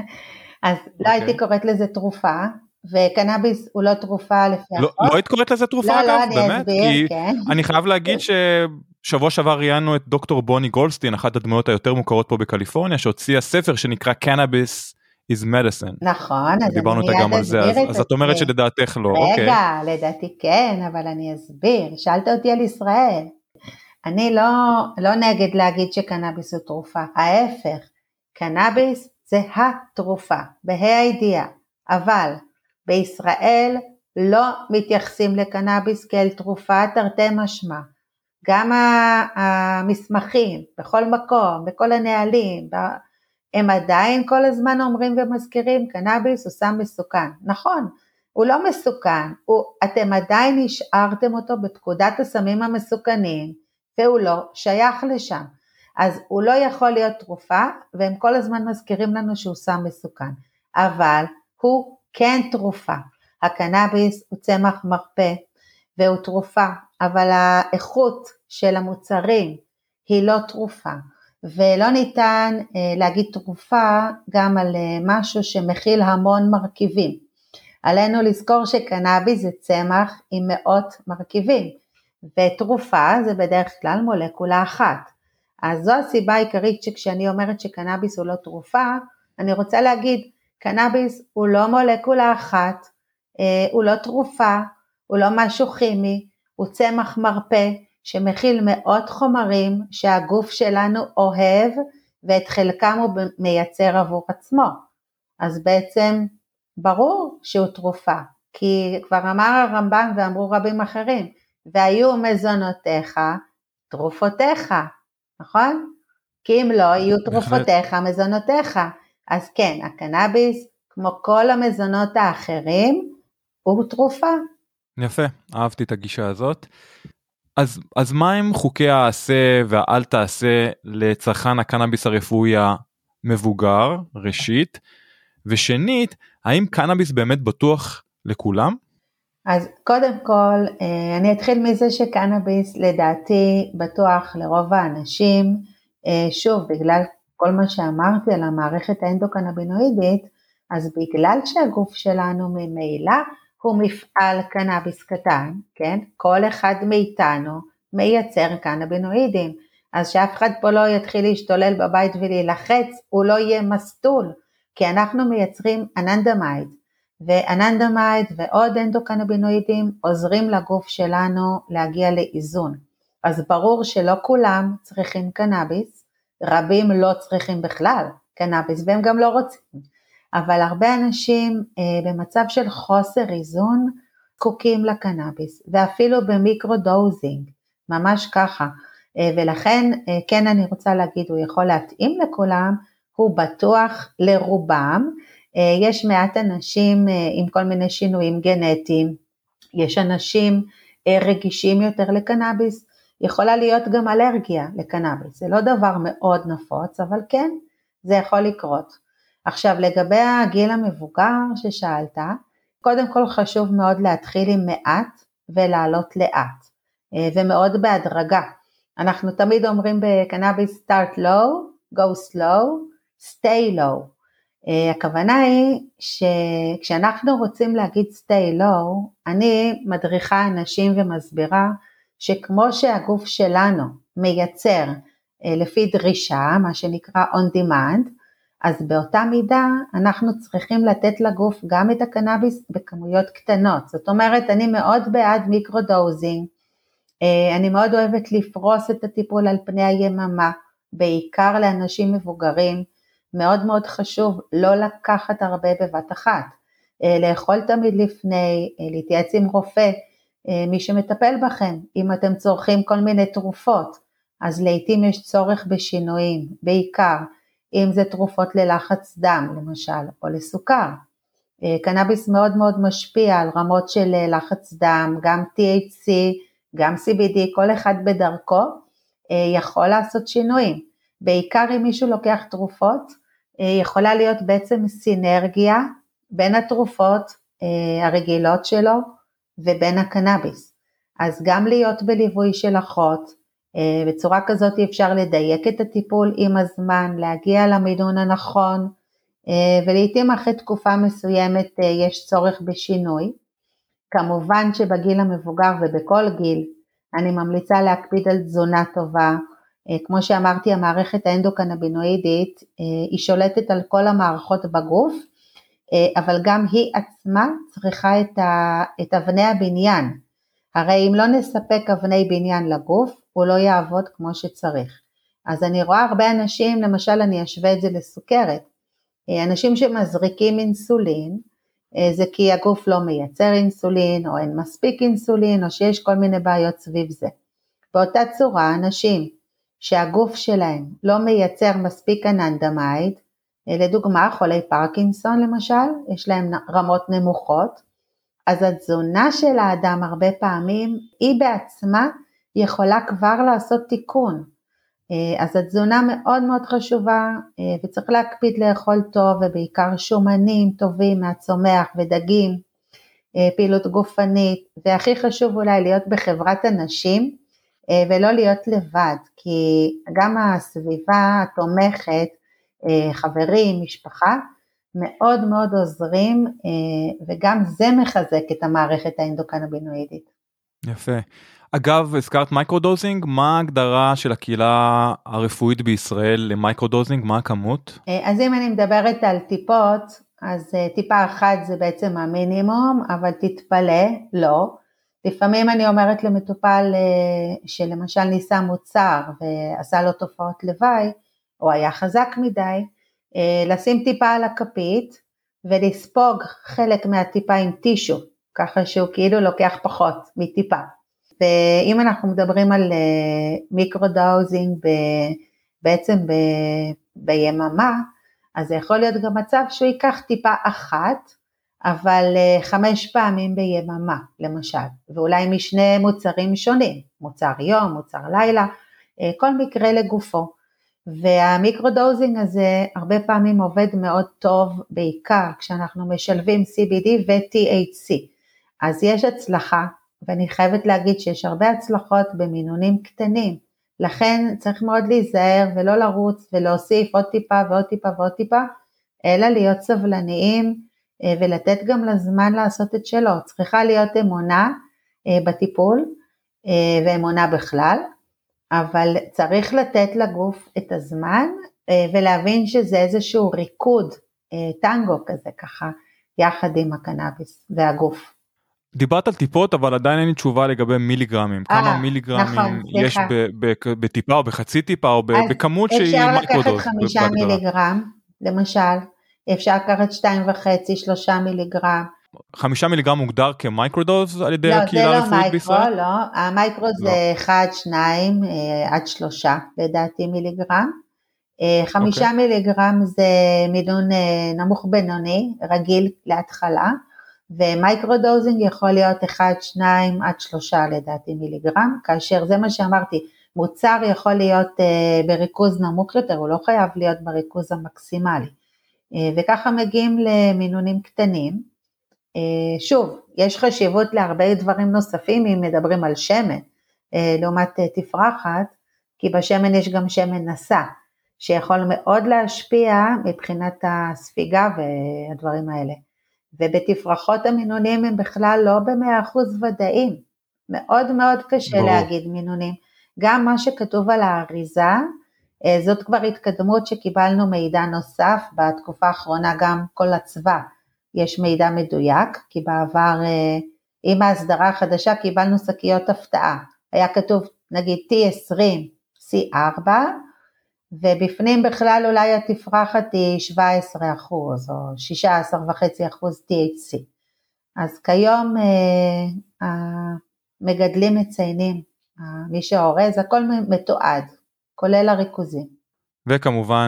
אז לא הייתי קוראת לזה תרופה, וקנאביס הוא לא תרופה לפי החוק. לא היית קוראת לזה תרופה אגב? לא, אני באמת? אסביר, כן. אני חייב להגיד ששבוע שעבר ראיינו את דוקטור בוני גולדסטין, אחת הדמויות היותר מוכרות פה בקליפורניה, שהוציאה ספר שנקרא Cannabis is Medicine. נכון, אז דיברנו אותה גם על זה, אז את אומרת שלדעתך לא, אוקיי. רגע, לדעתי כן, אבל אני אסביר, שאלת אותי על ישראל. אני לא נגד להגיד שקנאביס הוא תרופה, ההפך, קנאביס זה התרופה, בה"א הידיעה, אבל בישראל לא מתייחסים לקנאביס כאל תרופה תרתי משמע, גם המסמכים, בכל מקום, בכל הנהלים, הם עדיין כל הזמן אומרים ומזכירים, קנאביס הוא סם מסוכן, נכון, הוא לא מסוכן, אתם עדיין השארתם אותו בפקודת הסמים המסוכנים, והוא לא שייך לשם, אז הוא לא יכול להיות תרופה, והם כל הזמן מזכירים לנו שהוא סם מסוכן, אבל הוא כן תרופה, הקנאביס הוא צמח מרפא, והוא תרופה, אבל האיכות של המוצרים היא לא תרופה, ולא ניתן להגיד תרופה גם על משהו שמכיל המון מרכיבים, עלינו לזכור שקנאביס זה צמח עם מאות מרכיבים, ותרופה זה בדרך כלל מולקולה אחת, אז זו הסיבה העיקרית שכשאני אומרת שקנאביס הוא לא תרופה, אני רוצה להגיד, קנאביס הוא לא מולקולה אחת, הוא לא תרופה, הוא לא משהו כימי, הוא צמח מרפא, שמכיל מאות חומרים שהגוף שלנו אוהב, ואת חלקם הוא מייצר עבור עצמו, אז בעצם ברור שהוא תרופה, כי כבר אמר הרמב"ם ואמרו רבים אחרים, והיו מזונותיך, תרופותיך, נכון? כי אם לא, יהיו תרופותיך, מזונותיך, אז כן, הקנאביס, כמו כל המזונות האחרים, הוא תרופה. יפה, אהבתי את הגישה הזאת. אז מה הם חוקי העשה והאל תעשה לצרכן הקנאביס הרפואי המבוגר, ראשית, ושנית, האם קנאביס באמת בטוח לכולם? אז קודם כל, אני אתחיל מזה שקנאביס לדעתי בטוח לרוב האנשים, שוב, בגלל כל מה שאמרתי על המערכת האנדוקנבינואידית, אז בגלל שהגוף שלנו ממילא הוא מפעל קנאביס קטן, כן? כל אחד מאיתנו מייצר קנבינואידים, אז שאף אחד פה לא יתחיל להשתולל בבית ולהילחץ, הוא לא יהיה מסטול, כי אנחנו מייצרים אננדמייד, ואננדמייד ועוד אנדוקנבינואידים עוזרים לגוף שלנו להגיע לאיזון. אז ברור שלא כולם צריכים קנאביס, רבים לא צריכים בכלל קנאביס, והם גם לא רוצים. אבל הרבה אנשים במצב של חוסר איזון, זקוקים לקנאביס, ואפילו במיקרו דוזינג, ממש ככה. ולכן כן אני רוצה להגיד, הוא יכול להתאים לכולם, הוא בטוח לרובם, יש מעט אנשים עם כל מיני שינויים גנטיים, יש אנשים רגישים יותר לקנאביס, יכולה להיות גם אלרגיה לקנאביס, זה לא דבר מאוד נפוץ, אבל כן, זה יכול לקרות. עכשיו לגבי הגיל המבוגר ששאלת, קודם כל חשוב מאוד להתחיל עם מעט ולעלות לאט, ומאוד בהדרגה. אנחנו תמיד אומרים בקנאביס start low, go slow, stay low. הכוונה היא שכשאנחנו רוצים להגיד stay low, אני מדריכה אנשים ומסבירה שכמו שהגוף שלנו מייצר לפי דרישה, מה שנקרא on demand, אז באותה מידה אנחנו צריכים לתת לגוף גם את הקנאביס בכמויות קטנות. זאת אומרת, אני מאוד בעד מיקרודוזינג, אני מאוד אוהבת לפרוס את הטיפול על פני היממה, בעיקר לאנשים מבוגרים, מאוד מאוד חשוב לא לקחת הרבה בבת אחת, לאכול תמיד לפני, להתייעץ עם רופא, מי שמטפל בכם, אם אתם צורכים כל מיני תרופות, אז לעתים יש צורך בשינויים, בעיקר אם זה תרופות ללחץ דם למשל, או לסוכר. קנאביס מאוד מאוד משפיע על רמות של לחץ דם, גם THC, גם CBD, כל אחד בדרכו יכול לעשות שינויים. בעיקר אם מישהו לוקח תרופות, יכולה להיות בעצם סינרגיה בין התרופות הרגילות שלו ובין הקנאביס. אז גם להיות בליווי של אחות, בצורה כזאת אפשר לדייק את הטיפול עם הזמן, להגיע למינון הנכון, ולעיתים אחרי תקופה מסוימת יש צורך בשינוי. כמובן שבגיל המבוגר ובכל גיל, אני ממליצה להקפיד על תזונה טובה, כמו שאמרתי, המערכת האנדוקנבינואידית היא שולטת על כל המערכות בגוף, אבל גם היא עצמה צריכה את אבני הבניין. הרי אם לא נספק אבני בניין לגוף, הוא לא יעבוד כמו שצריך. אז אני רואה הרבה אנשים, למשל אני אשווה את זה לסוכרת, אנשים שמזריקים אינסולין, זה כי הגוף לא מייצר אינסולין, או אין מספיק אינסולין, או שיש כל מיני בעיות סביב זה. באותה צורה, אנשים שהגוף שלהם לא מייצר מספיק אננדמייד, לדוגמה חולי פרקינסון למשל, יש להם רמות נמוכות, אז התזונה של האדם הרבה פעמים, היא בעצמה יכולה כבר לעשות תיקון. אז התזונה מאוד מאוד חשובה, וצריך להקפיד לאכול טוב, ובעיקר שומנים טובים מהצומח ודגים, פעילות גופנית, והכי חשוב אולי להיות בחברת אנשים, ולא להיות לבד, כי גם הסביבה התומכת, חברים, משפחה, מאוד מאוד עוזרים, וגם זה מחזק את המערכת האנדוקנבינואידית. יפה. אגב, הזכרת מייקרודוזינג, מה ההגדרה של הקהילה הרפואית בישראל למייקרודוזינג, מה הכמות? אז אם אני מדברת על טיפות, אז טיפה אחת זה בעצם המינימום, אבל תתפלא, לא. לפעמים אני אומרת למטופל שלמשל ניסה מוצר ועשה לו תופעות לוואי, או היה חזק מדי, לשים טיפה על הכפית ולספוג חלק מהטיפה עם טישו, ככה שהוא כאילו לוקח פחות מטיפה. ואם אנחנו מדברים על מיקרודוזינג בעצם ביממה, אז זה יכול להיות גם מצב שהוא ייקח טיפה אחת, אבל 5 פעמים ביממה למשל, ואולי משני מוצרים שונים, מוצר יום, מוצר לילה, כל מקרה לגופו. והמיקרודוזינג הזה הרבה פעמים עובד מאוד טוב, בעיקר כשאנחנו משלבים CBD ו-THC, אז יש הצלחה, ואני חייבת להגיד שיש הרבה הצלחות במינונים קטנים, לכן צריך מאוד להיזהר ולא לרוץ ולהוסיף עוד טיפה ועוד טיפה ועוד טיפה, אלא להיות סבלניים ולתת גם לזמן לעשות את שלו. צריכה להיות אמונה בטיפול ואמונה בכלל, אבל צריך לתת לגוף את הזמן ולהבין שזה איזשהו ריקוד, טנגו כזה ככה, יחד עם הקנאביס והגוף. דיברת על טיפות, אבל עדיין אין לי תשובה לגבי מיליגרמים. כמה מיליגרמים נכון, יש בטיפה או בחצי טיפה או בכמות שהיא אפשר לקחת 5 מיליגרם, למשל, אפשר לקחת 2.5, 3 מיליגרם. 5 מיליגרם מוגדר כמייקרודוז על ידי הקהילה הרפואית בישראל? לא, המיקרו זה 1, 2 עד 3 לדעתי מיליגרם. 5 מיליגרם זה מינון נמוך בינוני, רגיל להתחלה, ומייקרודוזינג יכול להיות 1, 2 עד 3 לדעתי מיליגרם, כאשר זה מה שאמרתי, מוצר יכול להיות בריכוז נמוך יותר, הוא לא חייב להיות בריכוז המקסימלי, וככה מגיעים למינונים קטנים. שוב, יש חשיבות להרבה דברים נוספים אם מדברים על שמן, לעומת תפרחת, כי בשמן יש גם שמן נסע, שיכול מאוד להשפיע מבחינת הספיגה והדברים האלה. ובתפרחות המינונים הם בכלל לא ב100% ודאים, מאוד מאוד קשה להגיד מינונים. גם מה שכתוב על האריזה, זאת כבר התקדמות שקיבלנו מידע נוסף, בתקופה האחרונה גם כל הצבא יש מידע מדויק, כי בעבר עם ההסדרה החדשה קיבלנו שקיות הפתעה, היה כתוב נגיד T20, C4, ובפנים בכלל אולי התפרחת היא 17% או 16.5% THC. אז כיום המגדלים מציינים, מי שאורז, הכל מתועד, כולל הריכוזים. וכמובן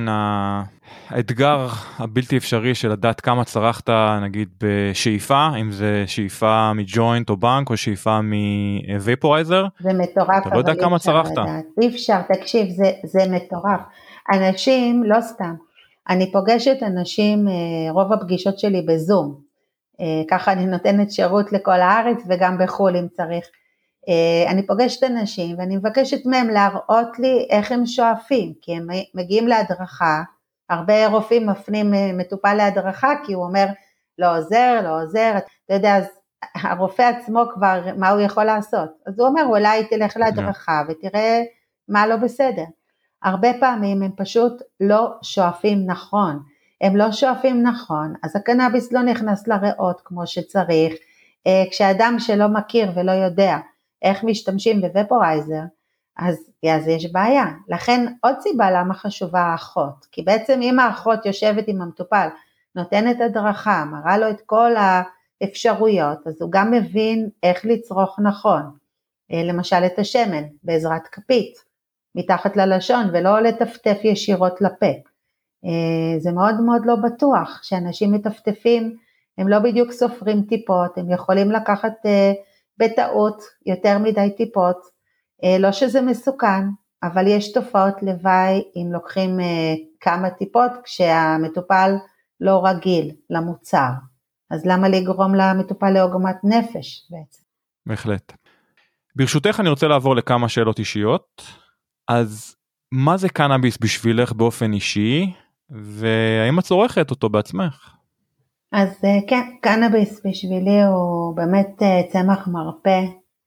האתגר הבלתי אפשרי של לדעת כמה צרכת נגיד בשאיפה, אם זה שאיפה מג'וינט או בנק או שאיפה מוויפורייזר. זה מטורף, אתה לא יודע כמה צרכת. אי אפשר, תקשיב, זה מטורף. אנשים, לא סתם, אני פוגשת אנשים, רוב הפגישות שלי בזום, ככה אני נותנת שירות לכל הארץ וגם בחול אם צריך. אני פוגשת אנשים ואני מבקשת מהם להראות לי איך הם שואפים, כי הם מגיעים להדרכה, הרבה רופאים מפנים מטופל להדרכה, כי הוא אומר לא עוזר, לא עוזר, אתה יודע, אז הרופא עצמו כבר, מה הוא יכול לעשות? אז הוא אומר אולי תלך להדרכה ותראה מה לא בסדר. הרבה פעמים הם פשוט לא שואפים נכון, הם לא שואפים נכון, אז הקנאביס לא נכנס לריאות כמו שצריך, כשאדם שלא מכיר ולא יודע, איך משתמשים בוויפורייזר, אז יש בעיה. לכן עוד סיבה למה חשובה האחות, כי בעצם אם האחות יושבת עם המטופל, נותנת הדרכה, מראה לו את כל האפשרויות, אז הוא גם מבין איך לצרוך נכון, למשל את השמן בעזרת כפית, מתחת ללשון, ולא לטפטף ישירות לפה. זה מאוד מאוד לא בטוח, שאנשים מטפטפים, הם לא בדיוק סופרים טיפות, הם יכולים לקחת בטעות יותר מדי טיפות, לא שזה מסוכן, אבל יש תופעות לוואי אם לוקחים כמה טיפות כשהמטופל לא רגיל למוצר, אז למה לגרום למטופל לעוגמת נפש בעצם? בהחלט. ברשותך אני רוצה לעבור לכמה שאלות אישיות, אז מה זה קנאביס בשבילך באופן אישי, והאם את צורכת אותו בעצמך? אז כן, קנאביס בשבילי הוא באמת צמח מרפא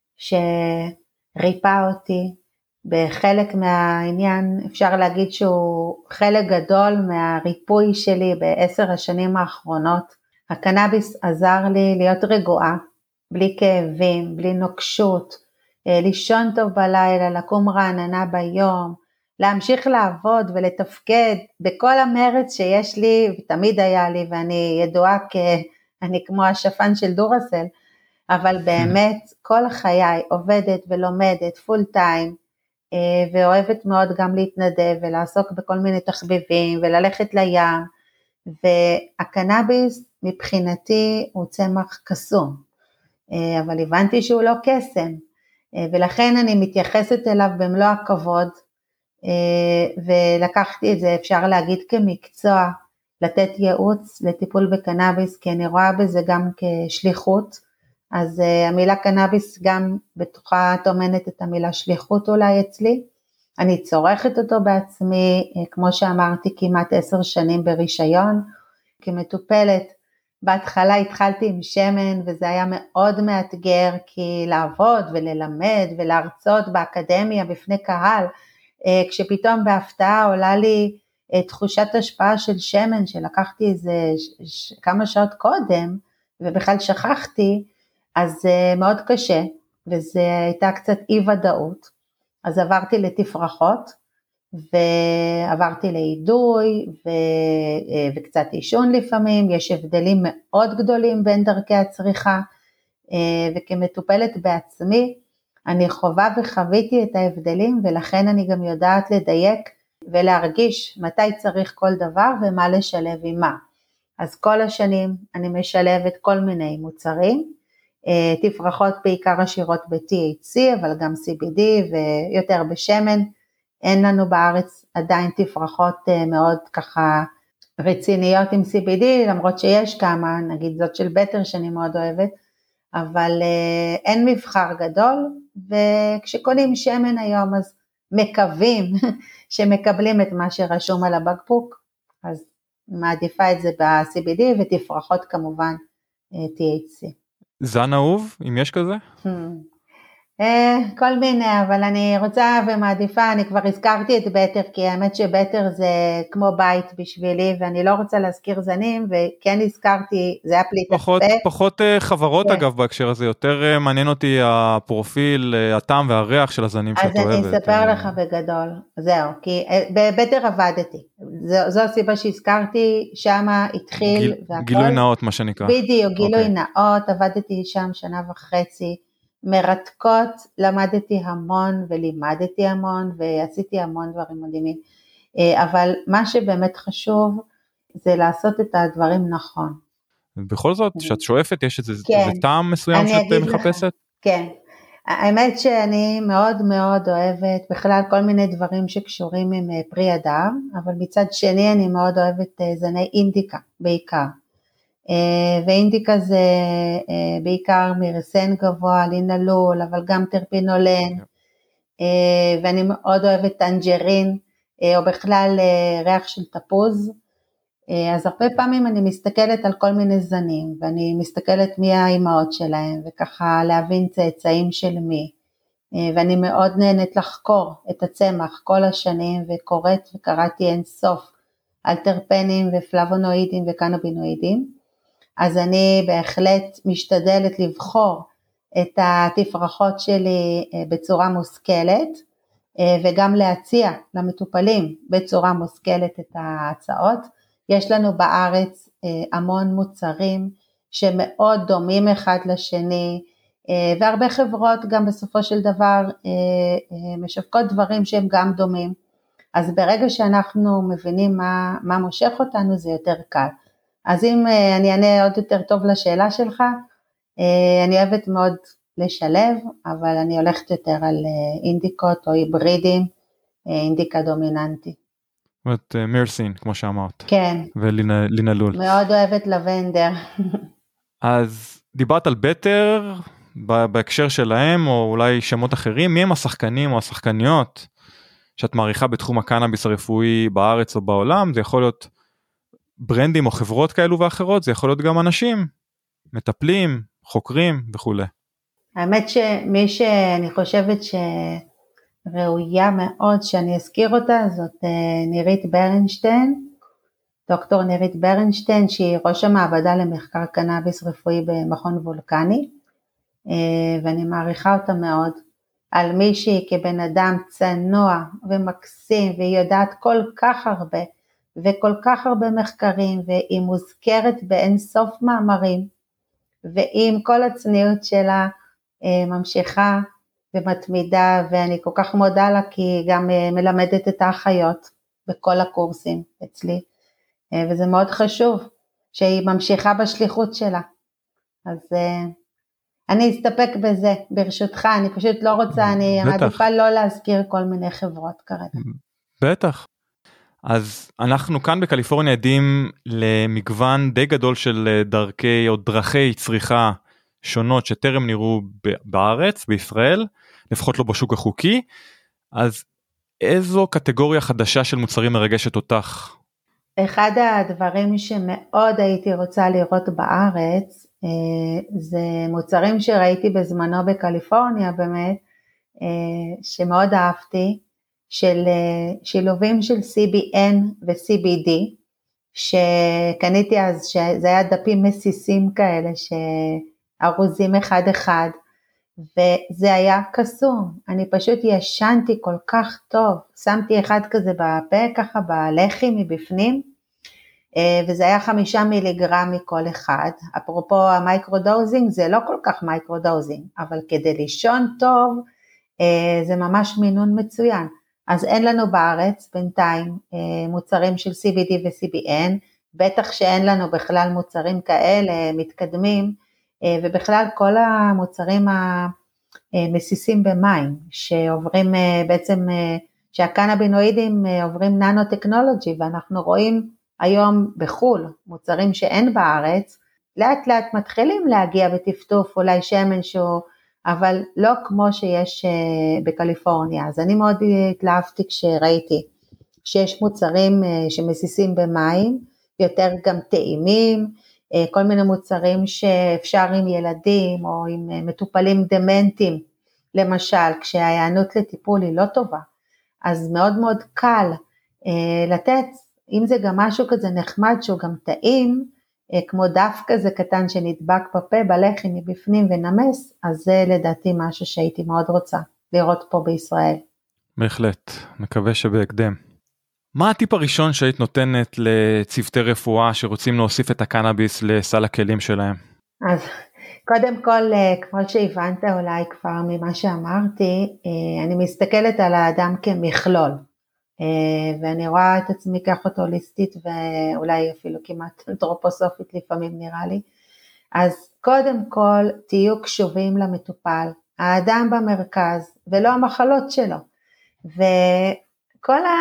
שריפא אותי, בחלק מהעניין אפשר להגיד שהוא חלק גדול מהריפוי שלי ב10 השנים האחרונות. הקנאביס עזר לי להיות רגועה, בלי כאבים, בלי נוקשות, לישון טוב בלילה, לקום רעננה ביום, להמשיך לעבוד ולתפקד בכל המרץ שיש לי, ותמיד היה לי, ואני ידועה אני כמו השפן של דורסל, אבל באמת כל חיי עובדת ולומדת פול טיים, ואוהבת מאוד גם להתנדב ולעסוק בכל מיני תחביבים וללכת לים, והקנאביס מבחינתי הוא צמח קסום, אבל הבנתי שהוא לא קסם, ולכן אני מתייחסת אליו במלוא הכבוד, ולקחתי את זה, אפשר להגיד כמקצוע, לתת ייעוץ לטיפול בקנאביס, כי אני רואה בזה גם כשליחות, אז המילה קנאביס גם בתוכה תומנת את המילה שליחות אולי אצלי, אני צורכת אותו בעצמי, כמו שאמרתי כמעט 10 שנים ברישיון, כמטופלת, בהתחלה התחלתי עם שמן וזה היה מאוד מאתגר, כי לעבוד וללמד ולהרצות באקדמיה בפני קהל, כשפתאום בהפתעה עולה לי תחושת השפעה של שמן, שלקחתי איזה כמה שעות קודם, ובכלל שכחתי, אז מאוד קשה, וזה הייתה קצת אי ודאות, אז עברתי לתפרחות, ועברתי לאידוי, וקצת עישון לפעמים, יש הבדלים מאוד גדולים בין דרכי הצריכה, וכמטופלת בעצמי, אני חווה וחוויתי את ההבדלים, ולכן אני גם יודעת לדייק, ולהרגיש מתי צריך כל דבר ומה לשלב עם מה. אז כל השנים אני משלבת כל מיני מוצרים, תפרחות בעיקר עשירות ב-THC, אבל גם CBD ויותר בשמן. אין לנו בארץ עדיין תפרחות מאוד ככה רציניות עם CBD, למרות שיש כמה, נגיד זאת של בטר שאני מאוד אוהבת, אבל אין מבחר גדול, וכשקונים שמן היום אז מקווים שמקבלים את מה שרשום על הבקבוק, אז מעדיפה את זה ב-CBD ותפרחות כמובן THC. זן אהוב, אם יש כזה? כל מיני, אבל אני רוצה ומעדיפה, אני כבר הזכרתי את בטר, כי האמת שבטר זה כמו בית בשבילי, ואני לא רוצה להזכיר זנים, וכן הזכרתי, זה היה פליטת פה. פחות חברות אגב בהקשר הזה, יותר מעניין אותי הפרופיל, הטעם והריח של הזנים שאת אוהבת. אז אני אספר לך בגדול, זהו, כי בבטר עבדתי, זו הסיבה שהזכרתי, שמה התחיל והכל. גילוי נאות מה שנקרא. בדיוק, גילוי נאות, עבדתי שם 1.5 שנה, מרתקות, למדתי המון ולימדתי המון ועשיתי המון דברים מדהימים, אבל מה שבאמת חשוב זה לעשות את הדברים נכון. בכל זאת, שאת שואפת, יש איזה טעם מסוים שאת מחפשת? כן, האמת שאני מאוד מאוד אוהבת בכלל כל מיני דברים שקשורים עם פרי אדם, אבל מצד שני אני מאוד אוהבת זני אינדיקה בעיקר. ואינדיקה זה בעיקר מרסן גבוה, לינלול, אבל גם טרפינולן, ואני מאוד אוהבת טנג'רין, או בכלל ריח של תפוז, אז הרבה פעמים אני מסתכלת על כל מיני זנים, ואני מסתכלת מי האימהות שלהם, וככה להבין צאצאים של מי, ואני מאוד נהנית לחקור את הצמח כל השנים, וקראתי אין סוף על טרפנים ופלבונואידים וקנבינואידים, אז אני בהחלט משתדלת לבחור את התפרחות שלי בצורה מושכלת, וגם להציע למטופלים בצורה מושכלת את ההצעות. יש לנו בארץ המון מוצרים שמאוד דומים אחד לשני, והרבה חברות גם בסופו של דבר משווקות דברים שהם גם דומים, אז ברגע שאנחנו מבינים מה מושך אותנו זה יותר קל. אז אם אני אענה עוד יותר טוב לשאלה שלך, אני אוהבת מאוד לשלב, אבל אני הולכת יותר על אינדיקות או היברידים, אינדיקה דומיננטי. זאת אומרת, מרסין, כמו שאמרת. כן. ולינלול. מאוד אוהבת לבנדר. אז דיברת על בטר, בהקשר שלהם, או אולי שמות אחרים, מי הם השחקנים או השחקניות, שאת מעריכה בתחום הקנאביס הרפואי בארץ או בעולם? זה יכול להיות ברנדים או חברות כאלו ואחרות, זה יכול להיות גם אנשים, מטפלים, חוקרים וכו'. האמת שמי שאני חושבת שראויה מאוד שאני אזכיר אותה, זאת נירית ברנשטיין, דוקטור נירית ברנשטיין, שהיא ראש המעבדה למחקר קנאביס רפואי במכון וולקני, ואני מעריכה אותה מאוד, על מישהי כבן אדם צנוע ומקסים, והיא יודעת כל כך הרבה, וכל כך הרבה מחקרים, והיא מוזכרת באין סוף מאמרים, ועם כל הצניעות שלה ממשיכה ומתמידה, ואני כל כך מודה לה, כי היא גם מלמדת את האחיות בכל הקורסים אצלי, וזה מאוד חשוב שהיא ממשיכה בשליחות שלה. אז אני אסתפק בזה, ברשותך, אני פשוט לא רוצה, אני מעדיפה לא להזכיר כל מיני חברות כרגע. בטח. אז אנחנו כאן בקליפורניה עדים למגוון די גדול של דרכי או דרכי צריכה שונות שטרם נראו בארץ, בישראל, לפחות לא בשוק החוקי. אז איזו קטגוריה חדשה של מוצרים מרגשת אותך? אחד הדברים שמאוד הייתי רוצה לראות בארץ, זה מוצרים שראיתי בזמנו בקליפורניה באמת, שמאוד אהבתי, של שילובים של CBN ו-CBD, שקניתי אז, שזה היה דפים מסיסים כאלה, שארוזים אחד אחד, וזה היה קסום, אני פשוט ישנתי כל כך טוב, שמתי אחד כזה בפה, ככה בלחי מבפנים, וזה היה 5 מיליגרם מכל אחד, אפרופו המייקרודוזינג, זה לא כל כך מייקרודוזינג, אבל כדי לישון טוב, זה ממש מינון מצוין, אז אין לנו בארץ בינתיים מוצרים של CBD ו-CBN, בטח שאין לנו בכלל מוצרים כאלה מתקדמים, ובכלל כל המוצרים המסיסים במים, שעוברים בעצם, שהקנבינואידים עוברים ננו-טכנולוגי, ואנחנו רואים היום בחול מוצרים שאין בארץ, לאט לאט מתחילים להגיע בטפטוף, אולי שמן שהוא, אבל לא כמו שיש בקליפורניה. אז אני מאוד התלהבתי כשראיתי שיש מוצרים שמסיסים במים, יותר גם טעימים, כל מיני מוצרים שאפשר עם ילדים או עם מטופלים דמנטיים, למשל כשההיענות לטיפול היא לא טובה, אז מאוד מאוד קל לתת, אם זה גם משהו כזה נחמד שהוא גם טעים, כמו דף כזה קטן שנדבק בפה, בלחי מבפנים ונמס, אז זה לדעתי משהו שהייתי מאוד רוצה לראות פה בישראל. בהחלט, מקווה שבהקדם. מה הטיפ הראשון שהיית נותנת לצוותי רפואה שרוצים להוסיף את הקנאביס לסל הכלים שלהם? אז קודם כל, כמו שהבנת אולי כבר ממה שאמרתי, אני מסתכלת על האדם כמכלול, ואני רואה את עצמי ככה הוליסטית, ואולי אפילו כמעט אנתרופוסופית לפעמים נראה לי. אז קודם כל תהיו קשובים למטופל, האדם במרכז, ולא המחלות שלו, וכל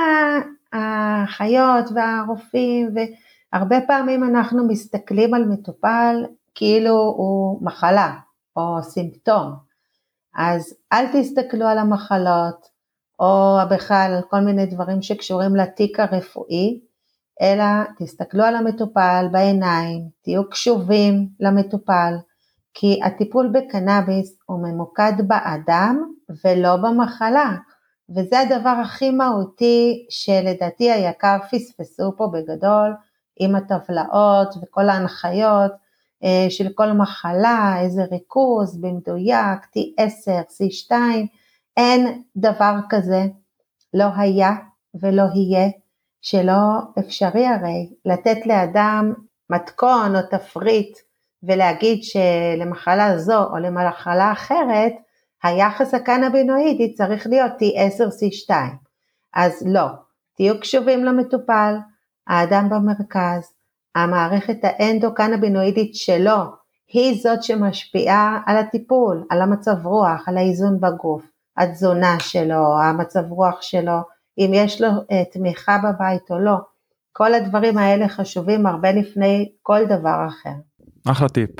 האחיות והרופאים, והרבה פעמים אנחנו מסתכלים על מטופל כאילו הוא מחלה או סימפטום, אז אל תסתכלו על המחלות או בכלל על כל מיני דברים שקשורים לתיק הרפואי, אלא תסתכלו על המטופל בעיניים, תהיו קשובים למטופל, כי הטיפול בקנאביס הוא ממוקד באדם ולא במחלה, וזה הדבר הכי מהותי שלדעתי היקר פספסו פה בגדול, עם הטבלאות וכל ההנחיות של כל מחלה, איזה ריכוז במדויק, T10, C2, אין דבר כזה, לא היה ולא יהיה, שלא אפשרי הרי לתת לאדם מתכון או תפריט, ולהגיד שלמחלה זו או למחלה אחרת, היחס הקנבינואידי צריך להיות T10C2, אז לא, תהיו קשובים למטופל, האדם במרכז, המערכת האנדו-קנבינואידית שלו, היא זאת שמשפיעה על הטיפול, על המצב רוח, על האיזון בגוף, התזונה שלו, המצב רוח שלו, אם יש לו תמיכה בבית או לא, כל הדברים האלה חשובים הרבה לפני כל דבר אחר. אחלה טיפ.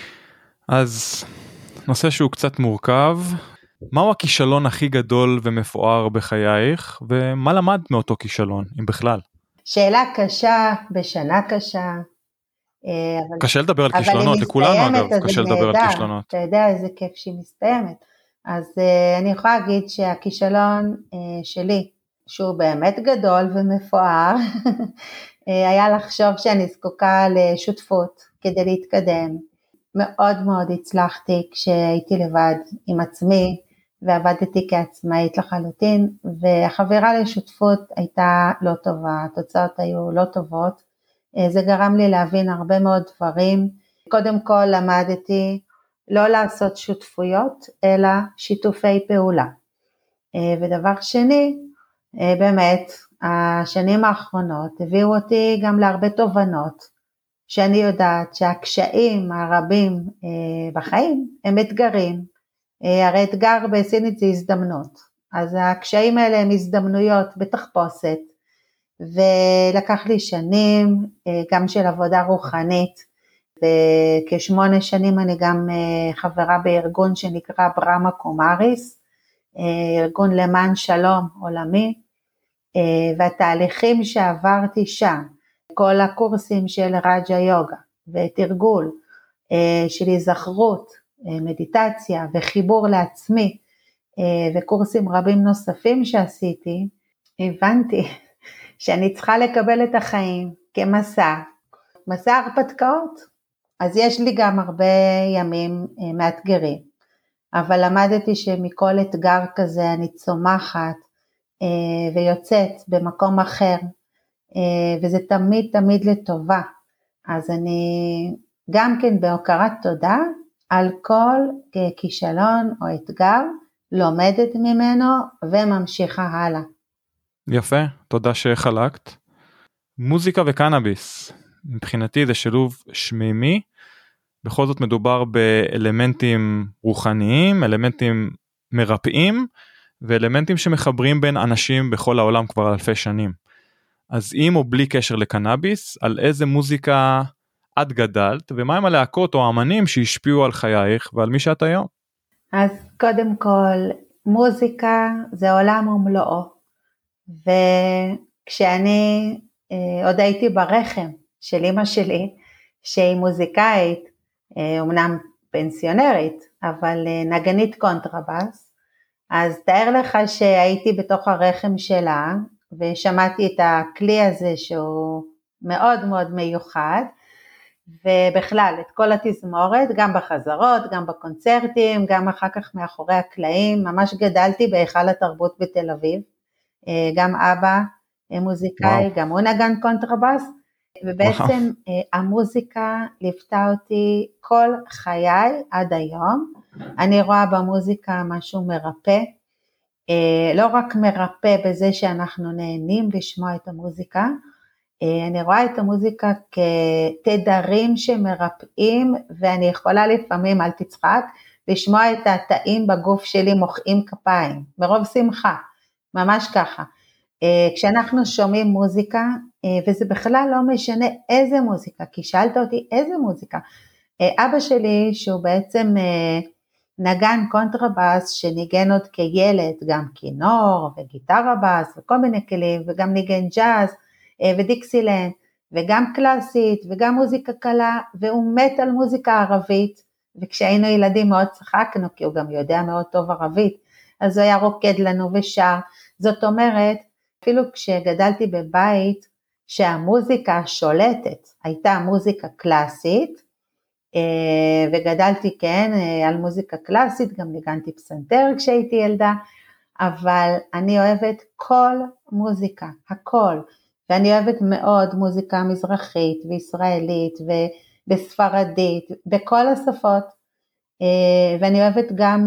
אז נושא שהוא קצת מורכב, מהו הכישלון הכי גדול ומפואר בחייך, ומה למדת מאותו כישלון, אם בכלל? שאלה קשה בשנה קשה. קשה לדבר על כישלונות, לכולנו אגב, קשה לדבר על כישלונות. אתה יודע איזה כיף שהיא מסתיימת. אז אני יכולה להגיד שהכישלון שלי, שהוא באמת גדול ומפואר, היה לחשוב שאני זקוקה לשותפות כדי להתקדם. מאוד מאוד הצלחתי כשהייתי לבד עם עצמי, ועבדתי כעצמאית לחלוטין, והחבירה לשותפות הייתה לא טובה, התוצאות היו לא טובות, זה גרם לי להבין הרבה מאוד דברים. קודם כל למדתי לא לעשות שותפויות, אלא שיתופי פעולה. ודבר שני, באמת, השנים האחרונות הביאו אותי גם להרבה תובנות, שאני יודעת שהקשיים הרבים בחיים הם אתגרים, הרי אתגר בסינית זה הזדמנות, אז הקשיים האלה הם הזדמנויות בתחפושת, ולקח לי שנים גם של עבודה רוחנית, וכ8 שנים אני גם חברה בארגון שנקרא ברמה קומריס, ארגון למען שלום עולמי, והתהליכים שעברתי שם, כל הקורסים של רג'ה יוגה, ותרגול של היזכרות, מדיטציה וחיבור לעצמי, וקורסים רבים נוספים שעשיתי, הבנתי שאני צריכה לקבל את החיים כמסע, מסע הרפתקאות, אז יש לי גם הרבה ימים מאתגרים, אבל למדתי שמכל אתגר כזה אני צומחת, ויוצאת במקום אחר, וזה תמיד תמיד לטובה, אז אני גם כן בהוקרת תודה, על כל כישלון או אתגר, לומדת ממנו וממשיכה הלאה. יפה, תודה שחלקת. מוזיקה וקנאביס, מבחינתי זה שילוב שמימי, בכל זאת מדובר באלמנטים רוחניים, אלמנטים מרפאים, ואלמנטים שמחברים בין אנשים בכל העולם כבר אלפי שנים. אז עם או בלי קשר לקנאביס, על איזה מוזיקה את גדלת, ומה הם הלהקות או האמנים שהשפיעו על חייך ועל מי שאת היום? אז קודם כל, מוזיקה זה עולם ומלואו, וכשאני עוד הייתי ברחם של אמא שלי, שהיא מוזיקאית, אמנם פנסיונרית, אבל נגנית קונטרבאס, אז תאר לך שהייתי בתוך הרחם שלה, ושמעתי את הכלי הזה שהוא מאוד מאוד מיוחד, ובכלל את כל התזמורת, גם בחזרות, גם בקונצרטים, גם אחר כך מאחורי הקלעים, ממש גדלתי בהיכל התרבות בתל אביב, גם אבא מוזיקאי, גם הוא נגן קונטרבאס, ובעצם המוזיקה ליוותה אותי כל חיי עד היום. אני רואה במוזיקה משהו מרפא, לא רק מרפא בזה שאנחנו נהנים לשמוע את המוזיקה, אני רואה את המוזיקה כתדרים שמרפאים, ואני יכולה לפעמים, אל תצחק, לשמוע את התאים בגוף שלי מוחאים כפיים, מרוב שמחה, ממש ככה. כשאנחנו שומעים מוזיקה, וזה בכלל לא משנה איזה מוזיקה, כי שאלת אותי איזה מוזיקה. אבא שלי, שהוא בעצם נגן קונטרבאס, שניגן עוד כילד, גם כינור וגיטרה בס וכל מיני כלים, וגם ניגן ג'אז ודיקסילנד, וגם קלאסית וגם מוזיקה קלה, והוא מת על מוזיקה ערבית, וכשהיינו ילדים מאוד צחקנו, כי הוא גם יודע מאוד טוב ערבית, אז הוא היה רוקד לנו ושר. זאת אומרת, אפילו כשגדלתי בבית שהמוזיקה השולטת הייתה מוזיקה קלאסית, וגדלתי כן על מוזיקה קלאסית, גם ניגנתי פסנתר כשהייתי ילדה, אבל אני אוהבת כל מוזיקה, הכל, ואני אוהבת מאוד מוזיקה מזרחית וישראלית ובספרדית, בכל השפות, ואני אוהבת גם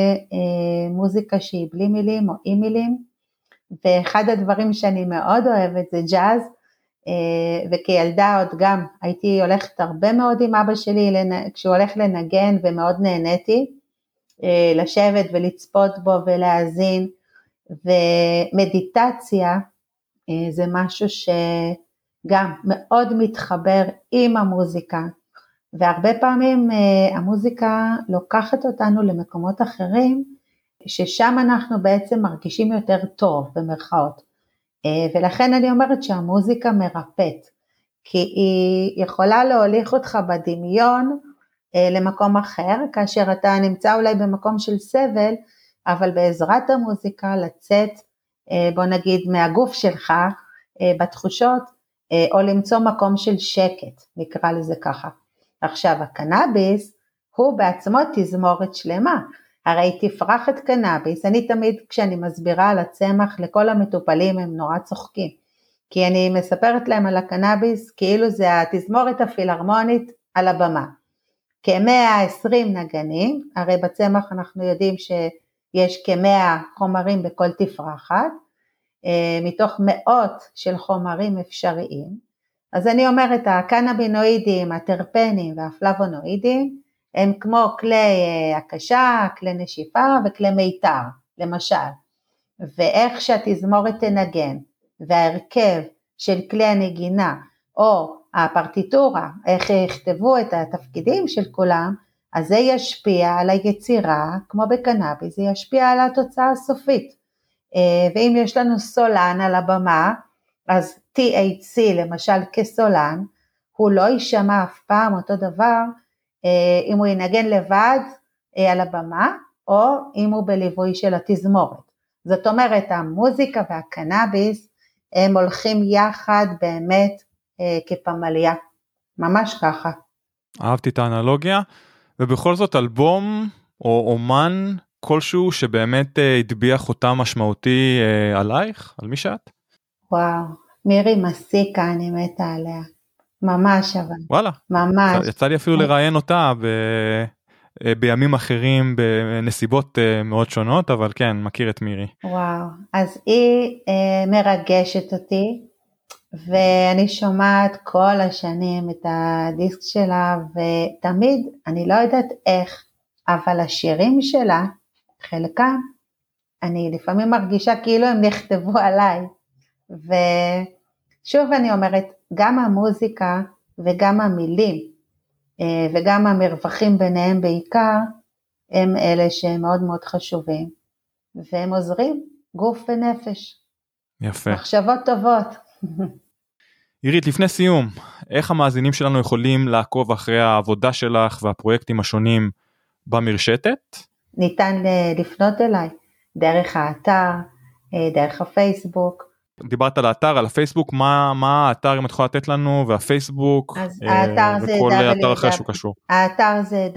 מוזיקה שהיא בלי מילים או עם מילים, ואחד הדברים שאני מאוד אוהבת זה ג'אז, וכילדה עוד גם הייתי הולכת הרבה מאוד עם אבא שלי כשהוא הולך לנגן, ומאוד נהניתי לשבת ולצפות בו ולהאזין. ומדיטציה זה משהו שגם מאוד מתחבר עם המוזיקה, והרבה פעמים המוזיקה לוקחת אותנו למקומות אחרים, ששם אנחנו בעצם מרגישים יותר טוב במרכאות, ולכן אני אומרת שהמוזיקה מרפאת, כי היא יכולה להוליך אותך בדמיון למקום אחר, כאשר אתה נמצא אולי במקום של סבל, אבל בעזרת המוזיקה לצאת, בוא נגיד מהגוף שלך, בתחושות, או למצוא מקום של שקט, נקרא לזה ככה. עכשיו הקנאביס הוא בעצמו תזמורת שלמה, הרי תפרחת קנאביס, אני תמיד כשאני מסבירה על הצמח לכל המטופלים הם נורא צוחקים, כי אני מספרת להם על הקנאביס כאילו זה התזמורת הפילהרמונית על הבמה, כ-120 נגנים, הרי בצמח אנחנו יודעים שיש כ-100 חומרים בכל תפרחת, מתוך מאות של חומרים אפשריים, אז אני אומרת הקנאבינואידים, הטרפנים והפלבונואידים, הם כמו כלי הקשה, כלי נשיפה וכלי מיתר, למשל, ואיך שהתזמורת תנגן, וההרכב של כלי הנגינה, או הפרטיטורה, איך יכתבו את התפקידים של כולם, אז זה ישפיע על היצירה, כמו בקנאביס, זה ישפיע על התוצאה הסופית, ואם יש לנו סולן על הבמה, אז THC למשל כסולן, הוא לא יישמע אף פעם אותו דבר, אם הוא ינגן לבד על הבמה, או אם הוא בליווי של התזמורת. זאת אומרת, המוזיקה והקנאביס, הם הולכים יחד באמת כפמליה, ממש ככה. אהבתי את האנלוגיה, ובכל זאת אלבום או אומן כלשהו שבאמת הטביע חותם משמעותי עלייך, על מי שאת? וואו, מירי מסיקה, אני מתה עליה. ממש אבל. וואלה. ממש. יצא לי אפילו לראיין אותה בימים אחרים, בנסיבות מאוד שונות, אבל כן, מכיר את מירי. וואו, אז היא מרגשת אותי, ואני שומעת כל השנים את הדיסק שלה, ותמיד, אני לא יודעת איך, אבל השירים שלה, חלקם, אני לפעמים מרגישה כאילו הם נכתבו עליי, ושוב אני אומרת, גם המוזיקה וגם המילים, וגם המרווחים ביניהם בעיקר, הם אלה שהם מאוד מאוד חשובים, והם עוזרים גוף ונפש. יפה. מחשבות טובות. עירית, לפני סיום, איך המאזינים שלנו יכולים לעקוב אחרי העבודה שלך והפרויקטים השונים במרשתת? ניתן לפנות אליי דרך האתר, דרך הפייסבוק. דיברת על האתר, על הפייסבוק, מה האתר אם את יכולה לתת לנו, והפייסבוק, וכל אתר אחר שהוא קשור. האתר זה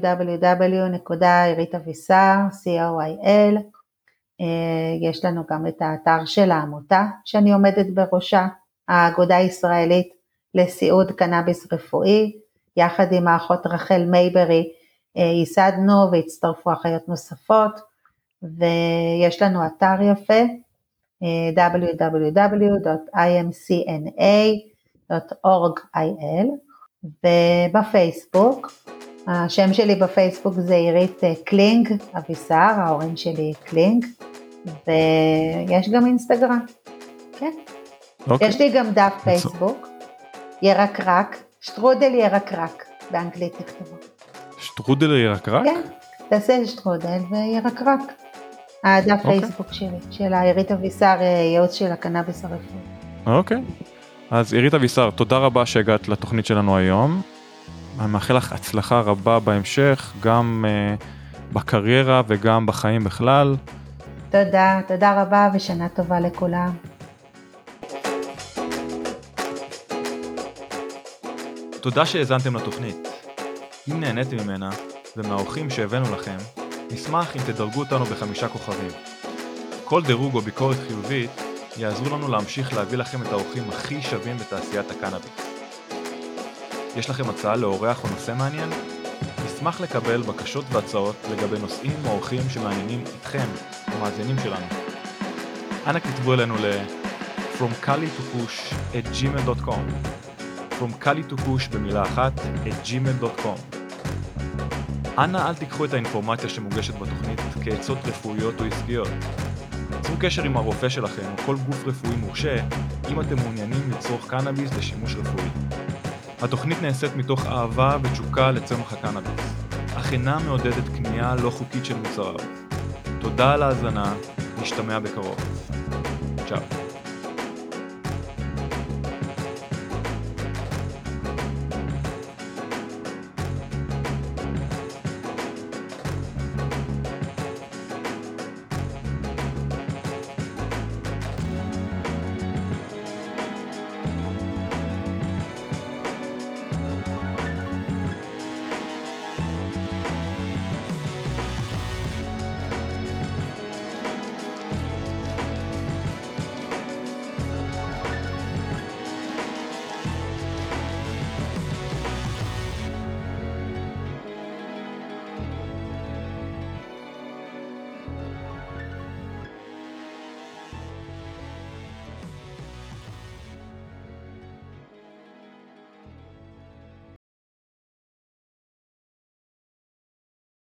www.iritavissar.co.il. יש לנו גם את האתר של העמותה שאני עומדת בראשה, האגודה הישראלית לסיעוד קנאביס רפואי, יחד עם האחות רחל מייברי, ייסדנו והצטרפו אחיות נוספות, ויש לנו אתר יפה, www.imcna.org.il, ובפייסבוק, השם שלי בפייסבוק זה עירית קלינג אבישר, ההורים שלי קלינג, ויש גם אינסטגרם, כן. Okay. יש לי גם דף פייסבוק, ירקרק, שטרודל ירקרק, באנגלית תכתבו. שטרודל ירקרק? כן, תעשה שטרודל וירקרק. הדף פייסבוק שלי, של עירית אבישר, ייעוץ של הקנאביס הרפואי. אוקיי, אז עירית אבישר, תודה רבה שהגעת לתוכנית שלנו היום. אני מאחל לך הצלחה רבה בהמשך, גם בקריירה וגם בחיים בכלל. תודה, תודה רבה ושנה טובה לכולם. תודה שהאזנתם לתוכנית. אם נהניתם ממנה ומהאורחים שהבאנו לכם, נשמח אם תדרגו אותנו ב5 כוכבים. כל דירוג או ביקורת חיובית יעזרו לנו להמשיך להביא לכם את האורחים הכי שווים בתעשיית הקנאביס. יש לכם הצעה לאורח או נושא מעניין? נשמח לקבל בקשות והצעות לגבי נושאים או אורחים שמעניינים איתכם, המאזינים שלנו. אנא כתבו אלינו fromcalitopush@gmail.com fromcalitopush במילה אחת @gmail.com. אנא אל תיקחו את האינפורמציה שמוגשת בתוכנית כעצות רפואיות או עסקיות. צרו קשר עם הרופא שלכם או כל גוף רפואי מורשה אם אתם מעוניינים לצרוך קנאביס לשימוש רפואי. התוכנית נעשית מתוך אהבה ותשוקה לצמח הקנאביס, אך אינה מעודדת קנייה לא חוקית של מוצריו. תודה על ההאזנה, נשתמע בקרוב. צ'או.